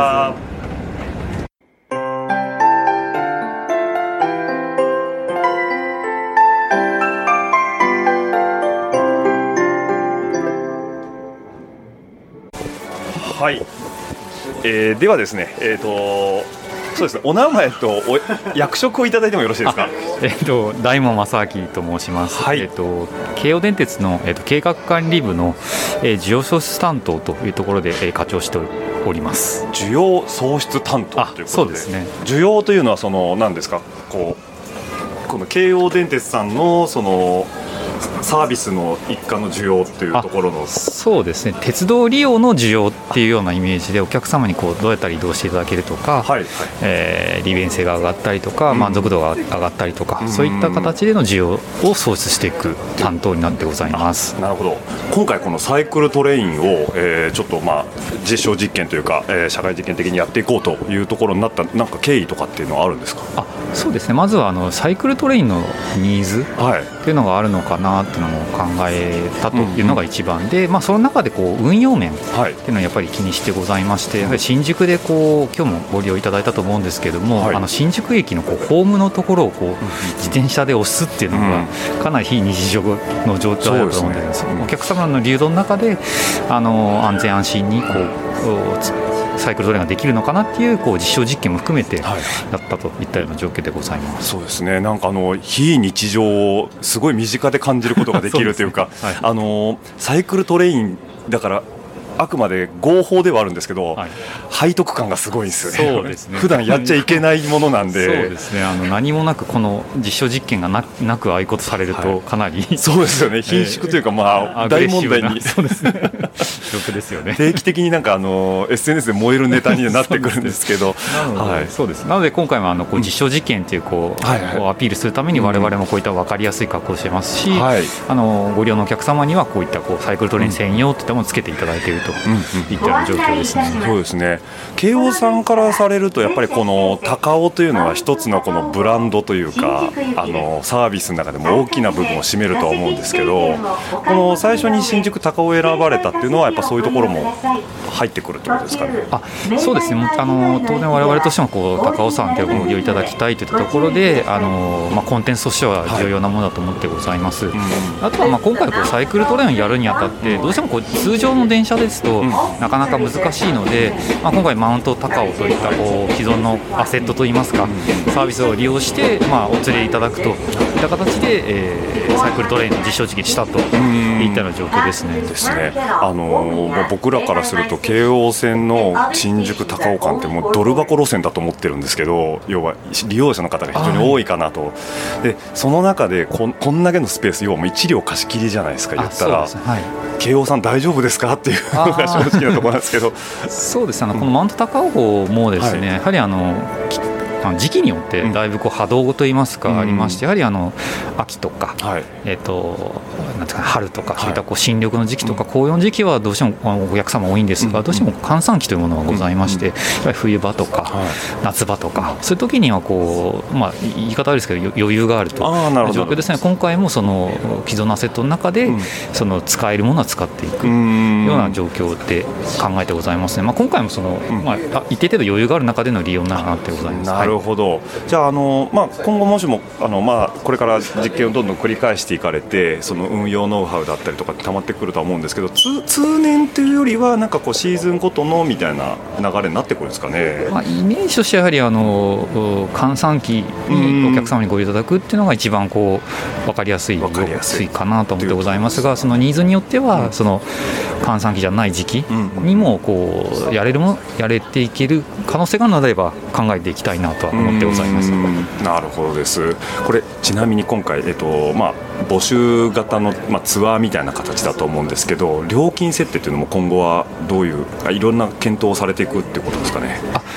はい、ではですね、そうですね、お名前と役職をいただいてもよろしいですか。 大門正明と申します。 はい、 京王電鉄の、計画管理部の、需要創出担当というところで、課長しております。 需要創出担当ということで。 そうですね。 需要というのは何ですか。この京王電鉄さんのサービスの一環の需要っていうところの。 そうですね、鉄道利用の需要っていうようなイメージでお客様にどうやったら移動していただけるとか、利便性が上がったりとか、満足度が上がったりとか、そういった形での需要を創出していく担当になってございます。 なるほど。今回このサイクルトレインを、ちょっと実証実験というか、社会実験的にやっていこうというところになったなんか経緯とかっていうのはあるんですか。 そうですね、まずはサイクルトレインのニーズっていうのがあるのかなっていうのも考えたというのが一番で、その中で運用面っていうのをやっぱり気にしてございまして、やはり新宿で今日もご利用いただいたと思うんですけども、新宿駅のホームのところを自転車で押すっていうのがかなり非日常の状況だと思うんです。お客様の流動の中で安全安心にサイクルトレインができるのかなっていう実証実験も含めてやったといったような状況でございます。 そうですね、なんか非日常をすごい身近で感じることができるというか、サイクルトレインだからあくまで合法ではあるんですけど、背徳感がすごいんですよね。 そうですね。 普段やっちゃいけないものなんで。 そうですね。何もなくこの実証実験がなくああいうことされるとかなり、 そうですよね。貧縮というか大問題にそうですね。状況ですよね。 定期的になんかSNS で燃えるネタになってくるんですけど、 そうです。なので今回は実証実験というアピールするために我々もこういった分かりやすい格好をしてますし、ご利用のお客様にはこういったサイクルトレイン専用といったものをつけていただいているといったような状況ですね。 そうですね。京王さんからされるとやっぱりこの高尾というのは一つのこのブランドというかサービスの中でも大きな部分を占めるとは思うんですけど、この最初に新宿高尾を選ばれたっていうのはやっぱそういうところも入ってくるってことですかね。 そうですね。当然我々としても高尾山でご利用いただきたいといったところでコンテンツとしては重要なものだと思ってございます。あとは今回サイクルトレインをやるにあたってどうしても通常の電車ですとなかなか難しいので、今回マウント高尾といった既存のアセットといいますかサービスを利用してお連れいただくといった形で、サイクルトレインの実証実験したといったような状況ですね。 僕らからすると京王線の新宿高尾間ってもうドル箱路線だと思ってるんですけど、要は利用者の方が非常に多いかなと。でその中でこんだけのスペース要はもう1両貸し切りじゃないですか。言ったら京王さん大丈夫ですかっていうのが正直なところなんですけど。 そうです。このマウント高尾もですね、やはり時期によってだいぶ波動といいますかありまして、やはり秋とか、なんていうか春とかそういった新緑の時期とか紅葉の時期はどうしてもお客様多いんですが、どうしても閑散期というものがございまして、やっぱり冬場とか夏場とかそういう時には言い方悪いですけど余裕があるという状況ですね。今回もその既存のアセットの中で使えるものは使っていくような状況で考えてございますね。今回も一定程度余裕がある中での利用になってございます。 なるほど。じゃあ今後もしもこれから実験をどんどん繰り返していかれて、その運用ノウハウだったりとか溜まってくるとは思うんですけど、通年というよりはなんかシーズンごとのみたいな流れになってくるんですかね。 イメージとしてはやはり閑散期にお客様にご利用いただくっていうのが一番分かりやすいかなと思ってございますが、そのニーズによってはその閑散期じゃない時期にもやれていける可能性があるのであれば考えていきたいなとは思ってございます。 なるほどです。これちなみに今回、募集型の、ツアーみたいな形だと思うんですけど、料金設定というのも今後はどういういろんな検討をされていくっていうことですかね。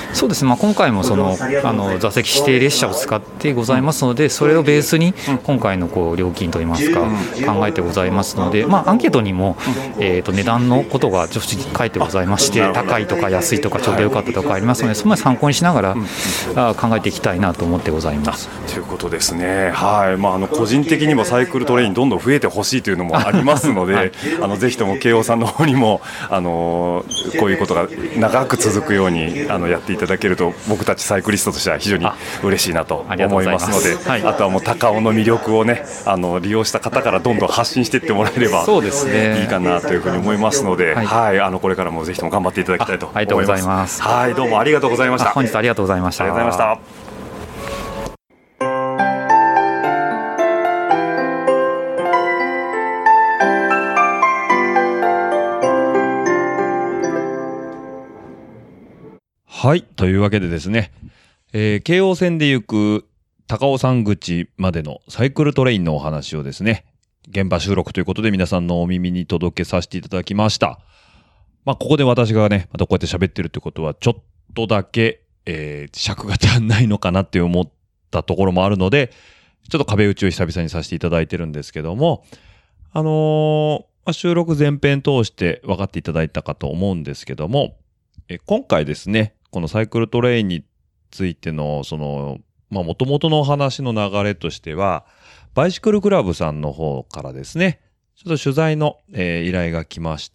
そうですね、今回も座席指定列車を使ってございますので、それをベースに今回の料金といいますか考えてございますので、アンケートにも、値段のことが正直書いてございまして、高いとか安いとかちょうどよかったとかありますので、その参考にしながら考えていきたいなと思ってございます。 ということですね。はい。個人的にもサイクルトレインどんどん増えてほしいというのもありますので、はい、ぜひとも慶応さんの方にもこういうことが長く続くようにやっていただけると、僕たちサイクリストとしては非常に嬉しいなと思いますので、はい、あとはもう高尾の魅力をね利用した方からどんどん発信していってもらえればいいかなというふうに思いますので、はい、これからもぜひとも頑張っていただきたいと思います。 ありがとうございます。 はい、どうもありがとうございました。 本日ありがとうございました。 ありがとうございました。はい。というわけでですね、京王線で行く高尾山口までのサイクルトレインのお話をですね、現場収録ということで皆さんのお耳に届けさせていただきました。ここで私がね、またこうやって喋ってるってことは、ちょっとだけ、尺が足んないのかなって思ったところもあるので、ちょっと壁打ちを久々にさせていただいてるんですけども、収録前編通して分かっていただいたかと思うんですけども、今回ですね、このサイクルトレインについての元々のお話の流れとしては、バイシクルクラブさんの方からですね、ちょっと取材の、依頼が来まして、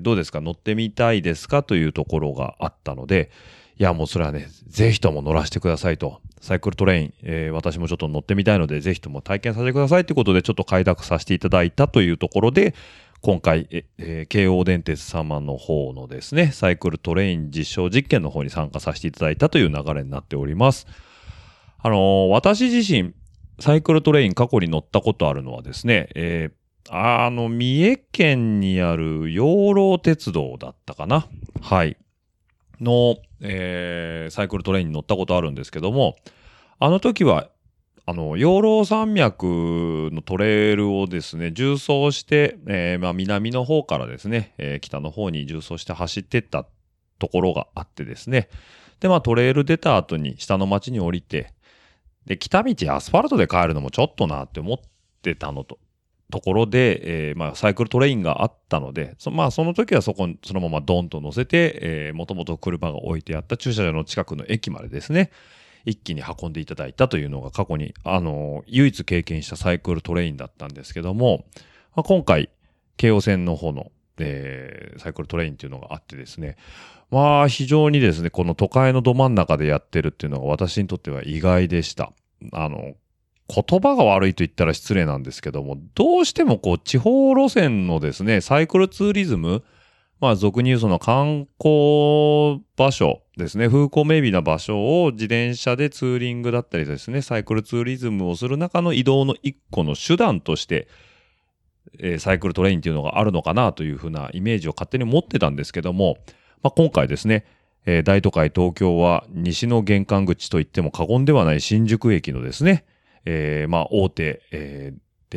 どうですか、乗ってみたいですかというところがあったので、いやもうそれはね、ぜひとも乗らせてくださいと。サイクルトレイン、私もちょっと乗ってみたいので、ぜひとも体験させてくださいということで、ちょっと快諾させていただいたというところで、今回、京王電鉄様の方のですね、サイクルトレイン実証実験の方に参加させていただいたという流れになっております。私自身、サイクルトレイン過去に乗ったことあるのはですね、三重県にある養老鉄道だったかな、はい。の、サイクルトレインに乗ったことあるんですけども、あの時は、養老山脈のトレイルをですね、縦走して、南の方からですね、北の方に縦走して走ってったところがあってですね、で、トレイル出た後に下の町に降りて、で、北道アスファルトで帰るのもちょっとなって思ってたところで、サイクルトレインがあったので、その時はそのままドンと乗せて、もともと車が置いてあった駐車場の近くの駅までですね、一気に運んでいただいたというのが過去に、唯一経験したサイクルトレインだったんですけども、今回、京王線の方の、サイクルトレインっていうのがあってですね、非常にですね、この都会のど真ん中でやってるっていうのが私にとっては意外でした。言葉が悪いと言ったら失礼なんですけども、どうしても地方路線のですね、サイクルツーリズム、俗に言うその観光場所ですね、風光明媚な場所を自転車でツーリングだったりですね、サイクルツーリズムをする中の移動の一個の手段として、サイクルトレインっていうのがあるのかなというふうなイメージを勝手に持ってたんですけども、今回ですね、大都会東京は西の玄関口と言っても過言ではない新宿駅のですね、大手、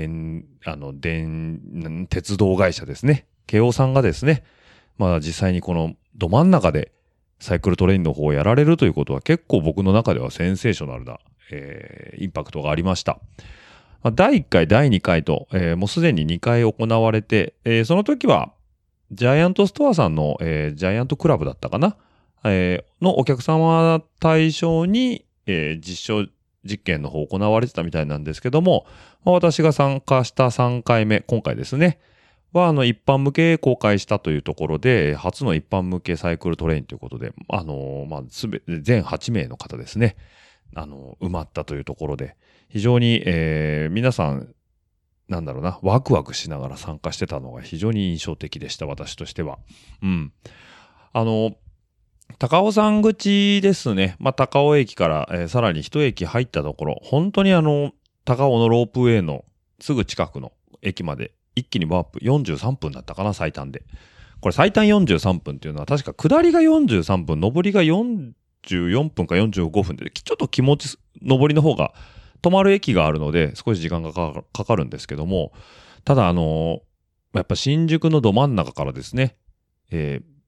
鉄道会社ですね、京王さんがですね、実際にこのど真ん中でサイクルトレインの方をやられるということは結構僕の中ではセンセーショナルな、インパクトがありました。第1回、第2回と、もうすでに2回行われて、その時はジャイアントストアさんの、ジャイアントクラブだったかな、のお客様対象に、実証実験の方行われてたみたいなんですけども、私が参加した3回目、今回ですね、は一般向け公開したというところで、初の一般向けサイクルトレインということで、全8名の方ですね、埋まったというところで、非常に、皆さん、ワクワクしながら参加してたのが非常に印象的でした、私としては。うん。高尾山口ですね。高尾駅から、さらに一駅入ったところ、本当に高尾のロープウェイのすぐ近くの駅まで一気にワープ43分だったかな、最短で。これ最短43分っていうのは確か下りが43分、上りが44分か45分で、ちょっと上りの方が止まる駅があるので少し時間がかかるんですけども、ただやっぱ新宿のど真ん中からですね、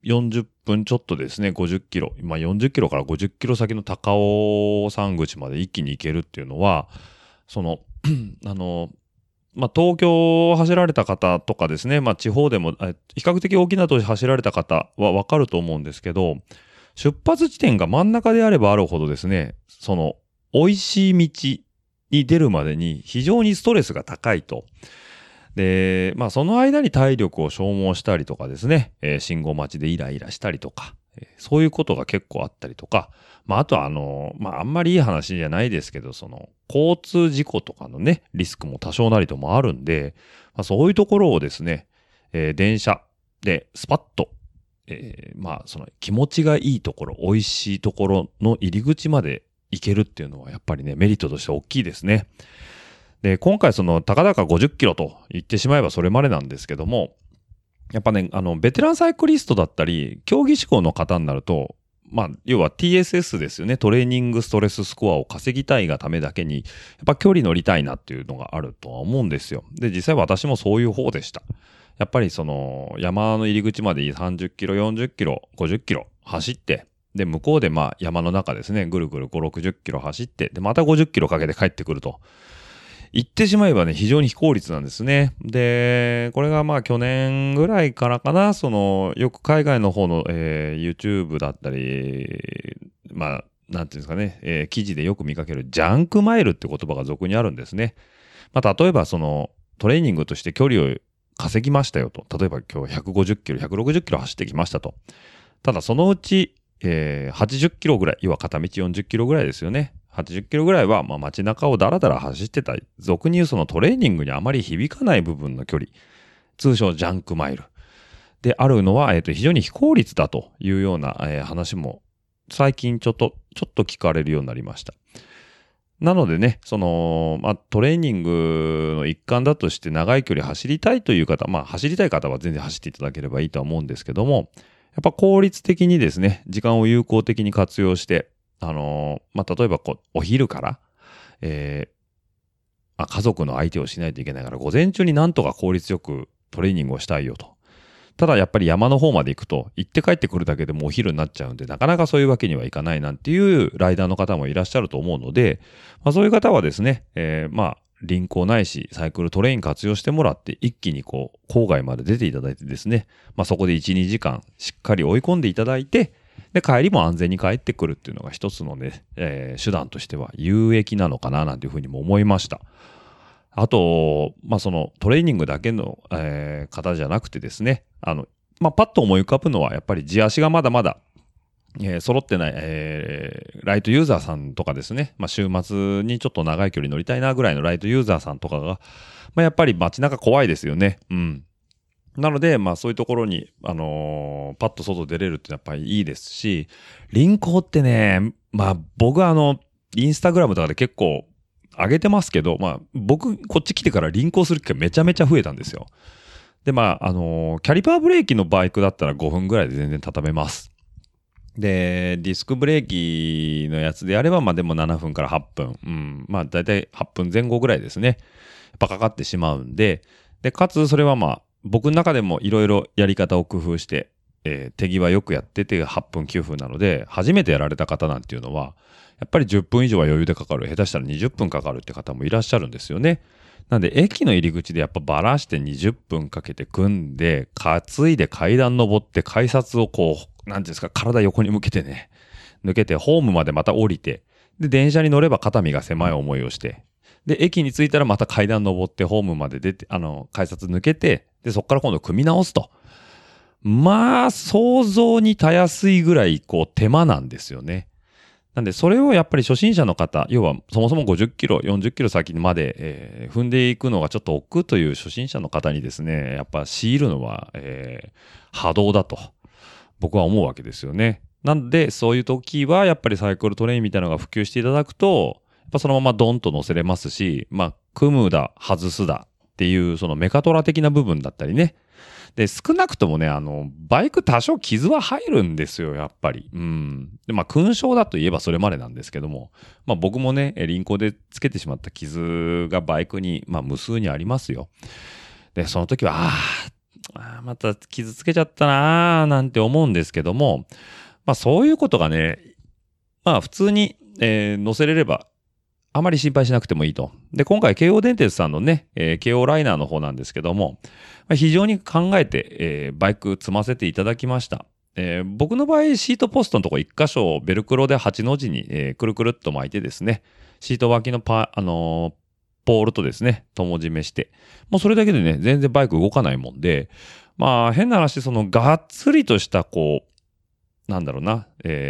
40分ちょっとですね、50キロ、まあ40キロから50キロ先の高尾山口まで一気に行けるっていうのは、その、まあ、東京を走られた方とかですね、まあ、地方でも、比較的大きな都市走られた方はわかると思うんですけど、出発地点が真ん中であればあるほどですね、その、美味しい道に出るまでに非常にストレスが高いと。で、まあ、その間に体力を消耗したりとかですね、信号待ちでイライラしたりとか、そういうことが結構あったりとか、まあ、あとはまあ、あんまりいい話じゃないですけど、その、交通事故とかのね、リスクも多少なりともあるんで、まあ、そういうところをですね、電車でスパッと、まあ、その気持ちがいいところ、美味しいところの入り口まで行けるっていうのはやっぱりね、メリットとして大きいですね。で、今回その、たかだか50キロと言ってしまえばそれまでなんですけども、やっぱね、ベテランサイクリストだったり、競技志向の方になると、まあ、要は TSS ですよね。トレーニングストレススコアを稼ぎたいがためだけに、やっぱ距離乗りたいなっていうのがあるとは思うんですよ。で、実際私もそういう方でした。やっぱりその、山の入り口まで30キロ、40キロ、50キロ走って、で、向こうでまあ山の中ですね、ぐるぐる5、60キロ走って、で、また50キロかけて帰ってくると。言ってしまえばね、非常に非効率なんですね。で、これがまあ去年ぐらいからかな、その、よく海外の方の、YouTube だったり、まあ、なんていうんですかね、記事でよく見かけるジャンクマイルって言葉が俗にあるんですね。まあ、例えばその、トレーニングとして距離を稼ぎましたよと。例えば今日150キロ、160キロ走ってきましたと。ただそのうち、80キロぐらい、要は片道40キロぐらいですよね。80キロぐらいは、まあ街中をダラダラ走ってたり、俗に言うそのトレーニングにあまり響かない部分の距離、通称ジャンクマイルであるのは、非常に非効率だというような、話も最近ちょっと聞かれるようになりました。なのでね、その、まあトレーニングの一環だとして長い距離走りたいという方、まあ走りたい方は全然走っていただければいいとは思うんですけども、やっぱ効率的にですね、時間を有効的に活用して、まあ、例えばお昼から、家族の相手をしないといけないから、午前中になんとか効率よくトレーニングをしたいよと。ただやっぱり山の方まで行くと、行って帰ってくるだけでもうお昼になっちゃうんで、なかなかそういうわけにはいかないなんていうライダーの方もいらっしゃると思うので、まあ、そういう方はですね、まあ、輪行ないし、サイクルトレイン活用してもらって、一気に郊外まで出ていただいてですね、まあ、そこで1、2時間しっかり追い込んでいただいて、で、帰りも安全に帰ってくるっていうのが一つのね、手段としては有益なのかななんていうふうにも思いました。あと、まあ、そのトレーニングだけの、方じゃなくてですね、まあ、パッと思い浮かぶのはやっぱり地足がまだまだ、揃ってない、ライトユーザーさんとかですね、まあ、週末にちょっと長い距離乗りたいなぐらいのライトユーザーさんとかが、まあ、やっぱり街中怖いですよね。うん。なので、まあそういうところに、パッと外出れるってやっぱりいいですし、輪行ってね、まあ僕はインスタグラムとかで結構上げてますけど、まあ僕こっち来てから輪行する機会めちゃめちゃ増えたんですよ。で、まあキャリパーブレーキのバイクだったら5分ぐらいで全然畳めます。で、ディスクブレーキのやつであれば、まあでも7分から8分。うん。まあ大体8分前後ぐらいですね。やっぱかかってしまうんで、で、かつそれはまあ、僕の中でもいろいろやり方を工夫して、手際よくやってて8分9分なので、初めてやられた方なんていうのは、やっぱり10分以上は余裕でかかる。下手したら20分かかるって方もいらっしゃるんですよね。なんで、駅の入り口でやっぱバラして20分かけて組んで、担いで階段登って改札をなんていうんですか、体横に向けてね、抜けてホームまでまた降りて、で、電車に乗れば肩身が狭い思いをして、で、駅に着いたらまた階段登ってホームまで出て、改札抜けて、で、そこから今度組み直すと。まあ、想像にたやすいぐらい、手間なんですよね。なんで、それをやっぱり初心者の方、要は、そもそも50キロ、40キロ先まで、踏んでいくのがちょっと億劫という初心者の方にですね、やっぱ強いるのは、波動だと、僕は思うわけですよね。なんで、そういう時は、やっぱりサイクルトレインみたいなのが普及していただくと、やっぱそのままドンと乗せれますし、まあ、組むだ、外すだっていう、そのメカトラ的な部分だったりね。で、少なくともね、バイク多少傷は入るんですよ、やっぱり。うん。で、まあ、勲章だと言えばそれまでなんですけども、まあ、僕もね、輪行でつけてしまった傷がバイクに、まあ、無数にありますよ。で、その時は、 また傷つけちゃったなーなんて思うんですけども、まあそういうことがね、まあ普通に、乗せれれば、あまり心配しなくてもいいと。で、今回、京王電鉄さんのね、京王ライナーの方なんですけども、非常に考えて、バイク積ませていただきました。僕の場合、シートポストのとこ1箇所、ベルクロで8の字に、くるくるっと巻いてですね、シート脇のポールとですね、友締めして、もうそれだけでね、全然バイク動かないもんで、まあ、変な話、がっつりとした、なんだろうな、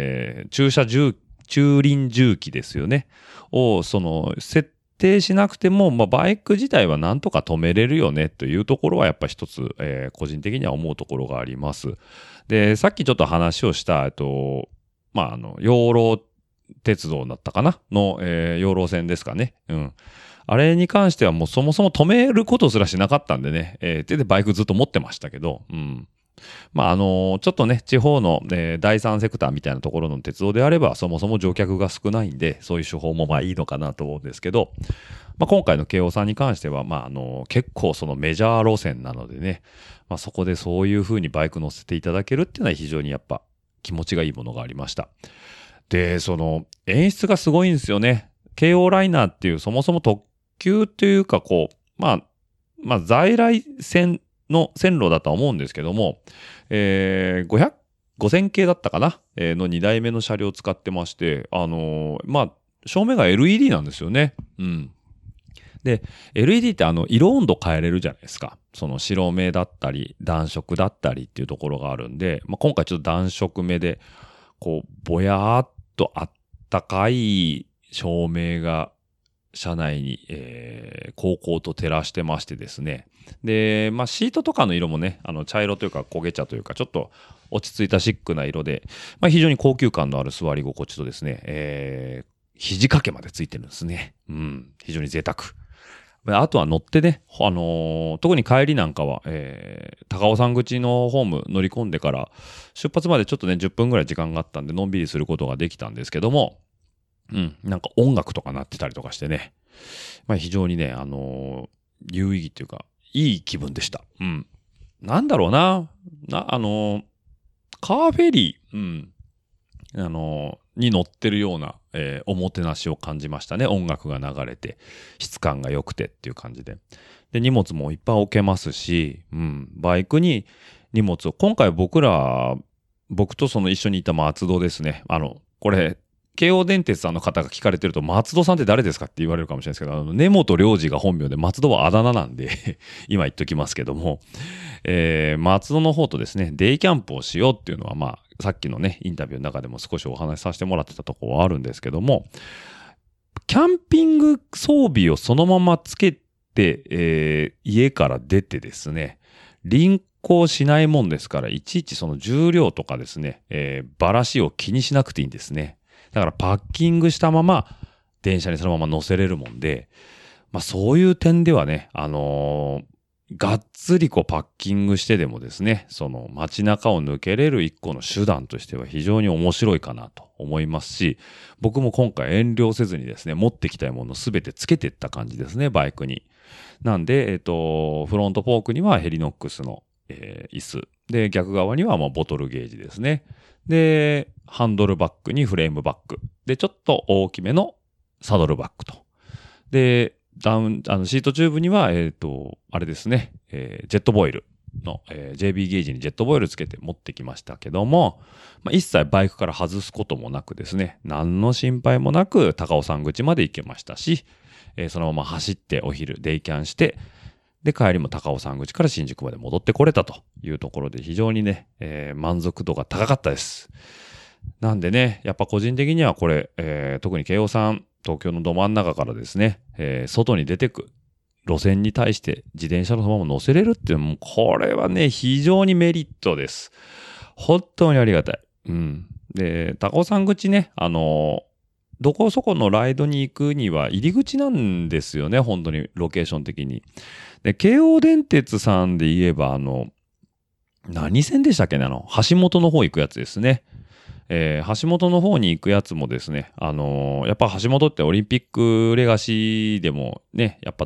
駐輪重機ですよね。を、設定しなくても、まあ、バイク自体はなんとか止めれるよねというところはやっぱ一つ、個人的には思うところがあります。で、さっきちょっと話をした、まあ、養老鉄道だったかなの、養老線ですかね。うん。あれに関してはもうそもそも止めることすらしなかったんでね、手でバイクずっと持ってましたけど、うん。まあちょっとね、地方の、第三セクターみたいなところの鉄道であれば、そもそも乗客が少ないんで、そういう手法もまあいいのかなと思うんですけど、まあ今回の京王さんに関しては、まあ結構そのメジャー路線なのでね、まあそこでそういう風にバイク乗せていただけるっていうのは非常にやっぱ気持ちがいいものがありました。で、演出がすごいんですよね。京王ライナーっていうそもそも特急っていうかまあ在来線の線路だとは思うんですけども、5000系だったかな、の2代目の車両を使ってまして、まあ、照明が LED なんですよね。うん。で、LED って色温度変えれるじゃないですか。白目だったり、暖色だったりっていうところがあるんで、まあ、今回ちょっと暖色目で、ぼやーっとあったかい照明が、車内に、こうこうと照らしてましてですね。で、まあ、シートとかの色もね、茶色というか焦げ茶というか、ちょっと落ち着いたシックな色で、まあ、非常に高級感のある座り心地とですね、肘掛けまでついてるんですね。うん、非常に贅沢。あとは乗ってね、特に帰りなんかは、高尾山口のホーム乗り込んでから、出発までちょっとね、10分ぐらい時間があったんで、のんびりすることができたんですけども、うん。なんか音楽とか鳴ってたりとかしてね。まあ非常にね、有意義っていうか、いい気分でした。うん。なんだろうな。カーフェリー、うん。に乗ってるような、おもてなしを感じましたね。音楽が流れて、質感が良くてっていう感じで。で、荷物もいっぱい置けますし、うん。バイクに荷物を、今回僕と一緒にいた松戸ですね。これ、京王電鉄さんの方が聞かれてると、松戸さんって誰ですかって言われるかもしれないですけど、根本良二が本名で、松戸はあだ名なんで、今言っときますけども、松戸の方とですね、デイキャンプをしようっていうのは、まあ、さっきのね、インタビューの中でも少しお話しさせてもらってたところはあるんですけども、キャンピング装備をそのままつけて、家から出てですね、輪行しないもんですから、いちいちその重量とかですね、ばらしを気にしなくていいんですね。だからパッキングしたまま電車にそのまま乗せれるもんで、まあそういう点ではね、がっつりパッキングしてでもですね、街中を抜けれる一個の手段としては非常に面白いかなと思いますし、僕も今回遠慮せずにですね、持ってきたいものすべてつけていった感じですね、バイクに。なんで、フロントフォークにはヘリノックスの、椅子。で、逆側にはボトルゲージですね。で、ハンドルバッグにフレームバッグ。で、ちょっと大きめのサドルバッグと。で、シートチューブには、あれですね、ジェットボイルの、JB ゲージにジェットボイルつけて持ってきましたけども、まあ、一切バイクから外すこともなくですね、何の心配もなく高尾山口まで行けましたし、そのまま走ってお昼デイキャンして、で、帰りも高尾山口から新宿まで戻ってこれたというところで非常にね、満足度が高かったです。なんでね、やっぱ個人的にはこれ、特に京王さん、東京のど真ん中からですね、外に出てく路線に対して自転車のそのまま乗せれるっていうのも、これはね、非常にメリットです。本当にありがたい。うん。で、高尾山口ね、どこそこのライドに行くには入り口なんですよね、本当にロケーション的に。で、京王電鉄さんで言えば、何線でしたっけね、橋本の方行くやつですね。橋本の方に行くやつもですね、やっぱ橋本ってオリンピックレガシーでもね、やっぱ通っ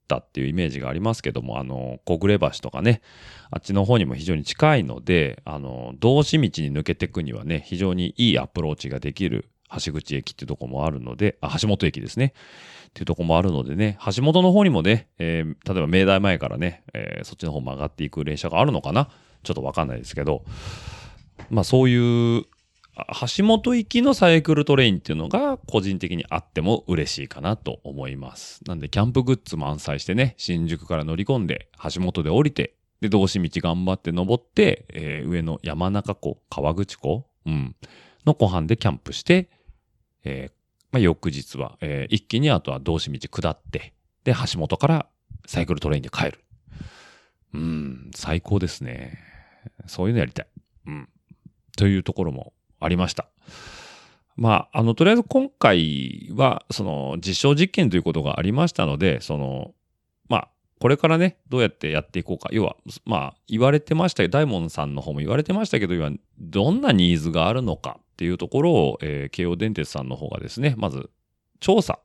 ったっていうイメージがありますけども、小暮橋とかね、あっちの方にも非常に近いので、道志道に抜けていくにはね、非常にいいアプローチができる橋口駅っていうところもあるので、橋本駅ですね。っていうところもあるのでね、橋本の方にもね、例えば明大前からね、そっちの方曲がっていく電車があるのかな？ちょっとわかんないですけど、まあそういう、橋本行きのサイクルトレインっていうのが個人的にあっても嬉しいかなと思います。なんでキャンプグッズ満載してね、新宿から乗り込んで、橋本で降りて、で、道志道頑張って登って、上の山中湖、川口湖、の湖畔でキャンプして、まあ、翌日は、一気にあとは道志道下って、で、橋本からサイクルトレインで帰る。最高ですね。そういうのやりたい。というところもありました。まあ、とりあえず今回は、実証実験ということがありましたので、まあ、これからね、どうやってやっていこうか。要は、まあ、言われてましたけど、大門さんの方も言われてましたけど、どんなニーズがあるのかっていうところを、京王電鉄さんの方がですね、まず、調査、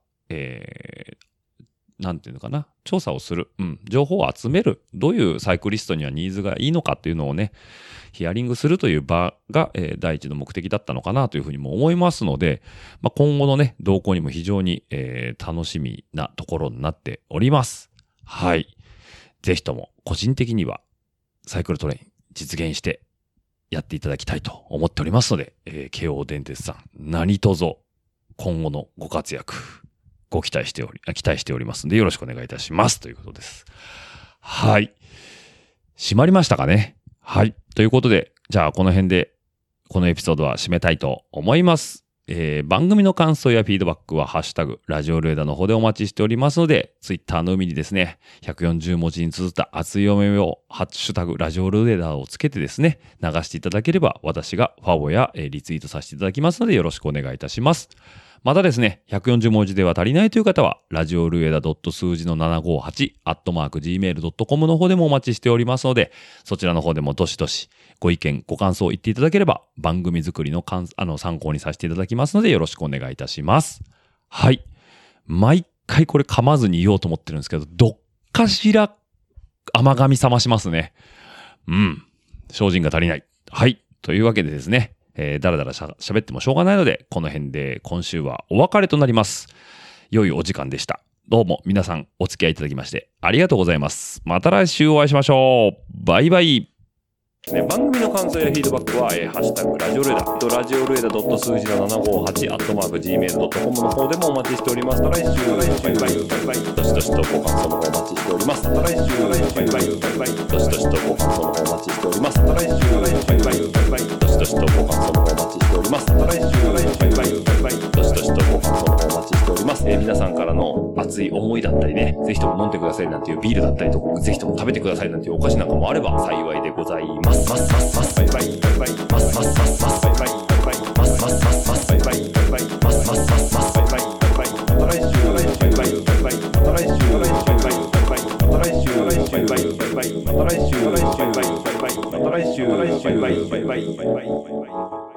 なんていうのかな、調査をする、情報を集める、どういうサイクリストにはニーズがいいのかっていうのをね、ヒアリングするという場が、第一の目的だったのかなというふうにも思いますので、まあ、今後のね、動向にも非常に、楽しみなところになっております。はい。ぜひとも個人的にはサイクルトレイン実現してやっていただきたいと思っておりますので、京王電鉄さん何卒今後のご活躍ご期待しておりますのでよろしくお願いいたしますということです。はい。締まりましたかね。はい。ということで、じゃあこの辺でこのエピソードは締めたいと思います。番組の感想やフィードバックはハッシュタグラジオルエダの方でお待ちしておりますので、ツイッターの海にですね、140文字に綴った熱い思いをハッシュタグラジオルエダをつけてですね、流していただければ私がファボやリツイートさせていただきますのでよろしくお願いいたします。またですね、140文字では足りないという方は、ラジオルエダ数字の758 @gmail.com の方でもお待ちしておりますので、そちらの方でもどしどしご意見、ご感想を言っていただければ、番組作りの参考にさせていただきますので、よろしくお願いいたします。はい。毎回これ噛まずに言おうと思ってるんですけど、どっかしら甘噛み冷ましますね。精進が足りない。はい。というわけでですね、だらだら喋ってもしょうがないので、この辺で今週はお別れとなります。良いお時間でした。どうも皆さんお付き合いいただきましてありがとうございます。また来週お会いしましょう。バイバイ。番組の感想やフィードバックは、ハッシュタグラジオルエダ、ラジオルエダ数字の758 @gmail.com の方でもお待ちしております。来週、バイバイ、どしどしとご感想の方お待ちしております。来週、バイバイ、どしどしとご感想の方お待ちしております。来週、バイバイ、どしどしとご感想の方お待ちしております。来週、バイバイ、どしどしとご感想の方お待ちしております。皆さんからの熱い思いだったりね、ぜひとも飲んでくださいなんていうビールだったりとか、ぜひとも食べてくださいなんていうお菓子なんかもあれば幸いでございます。バイバイ、バイバイ、バイバイ、バイバイ、バイバイ、バイバイ、バイバイ、バイバイ、また来週、バイバイ、バイバイ、また来週、バイバイ、バイバイ、また来週、バイバイ、バイバイ、また来週、バイバイ、バイバイ、また来週、バイバイ、バイバイ、バイバイ。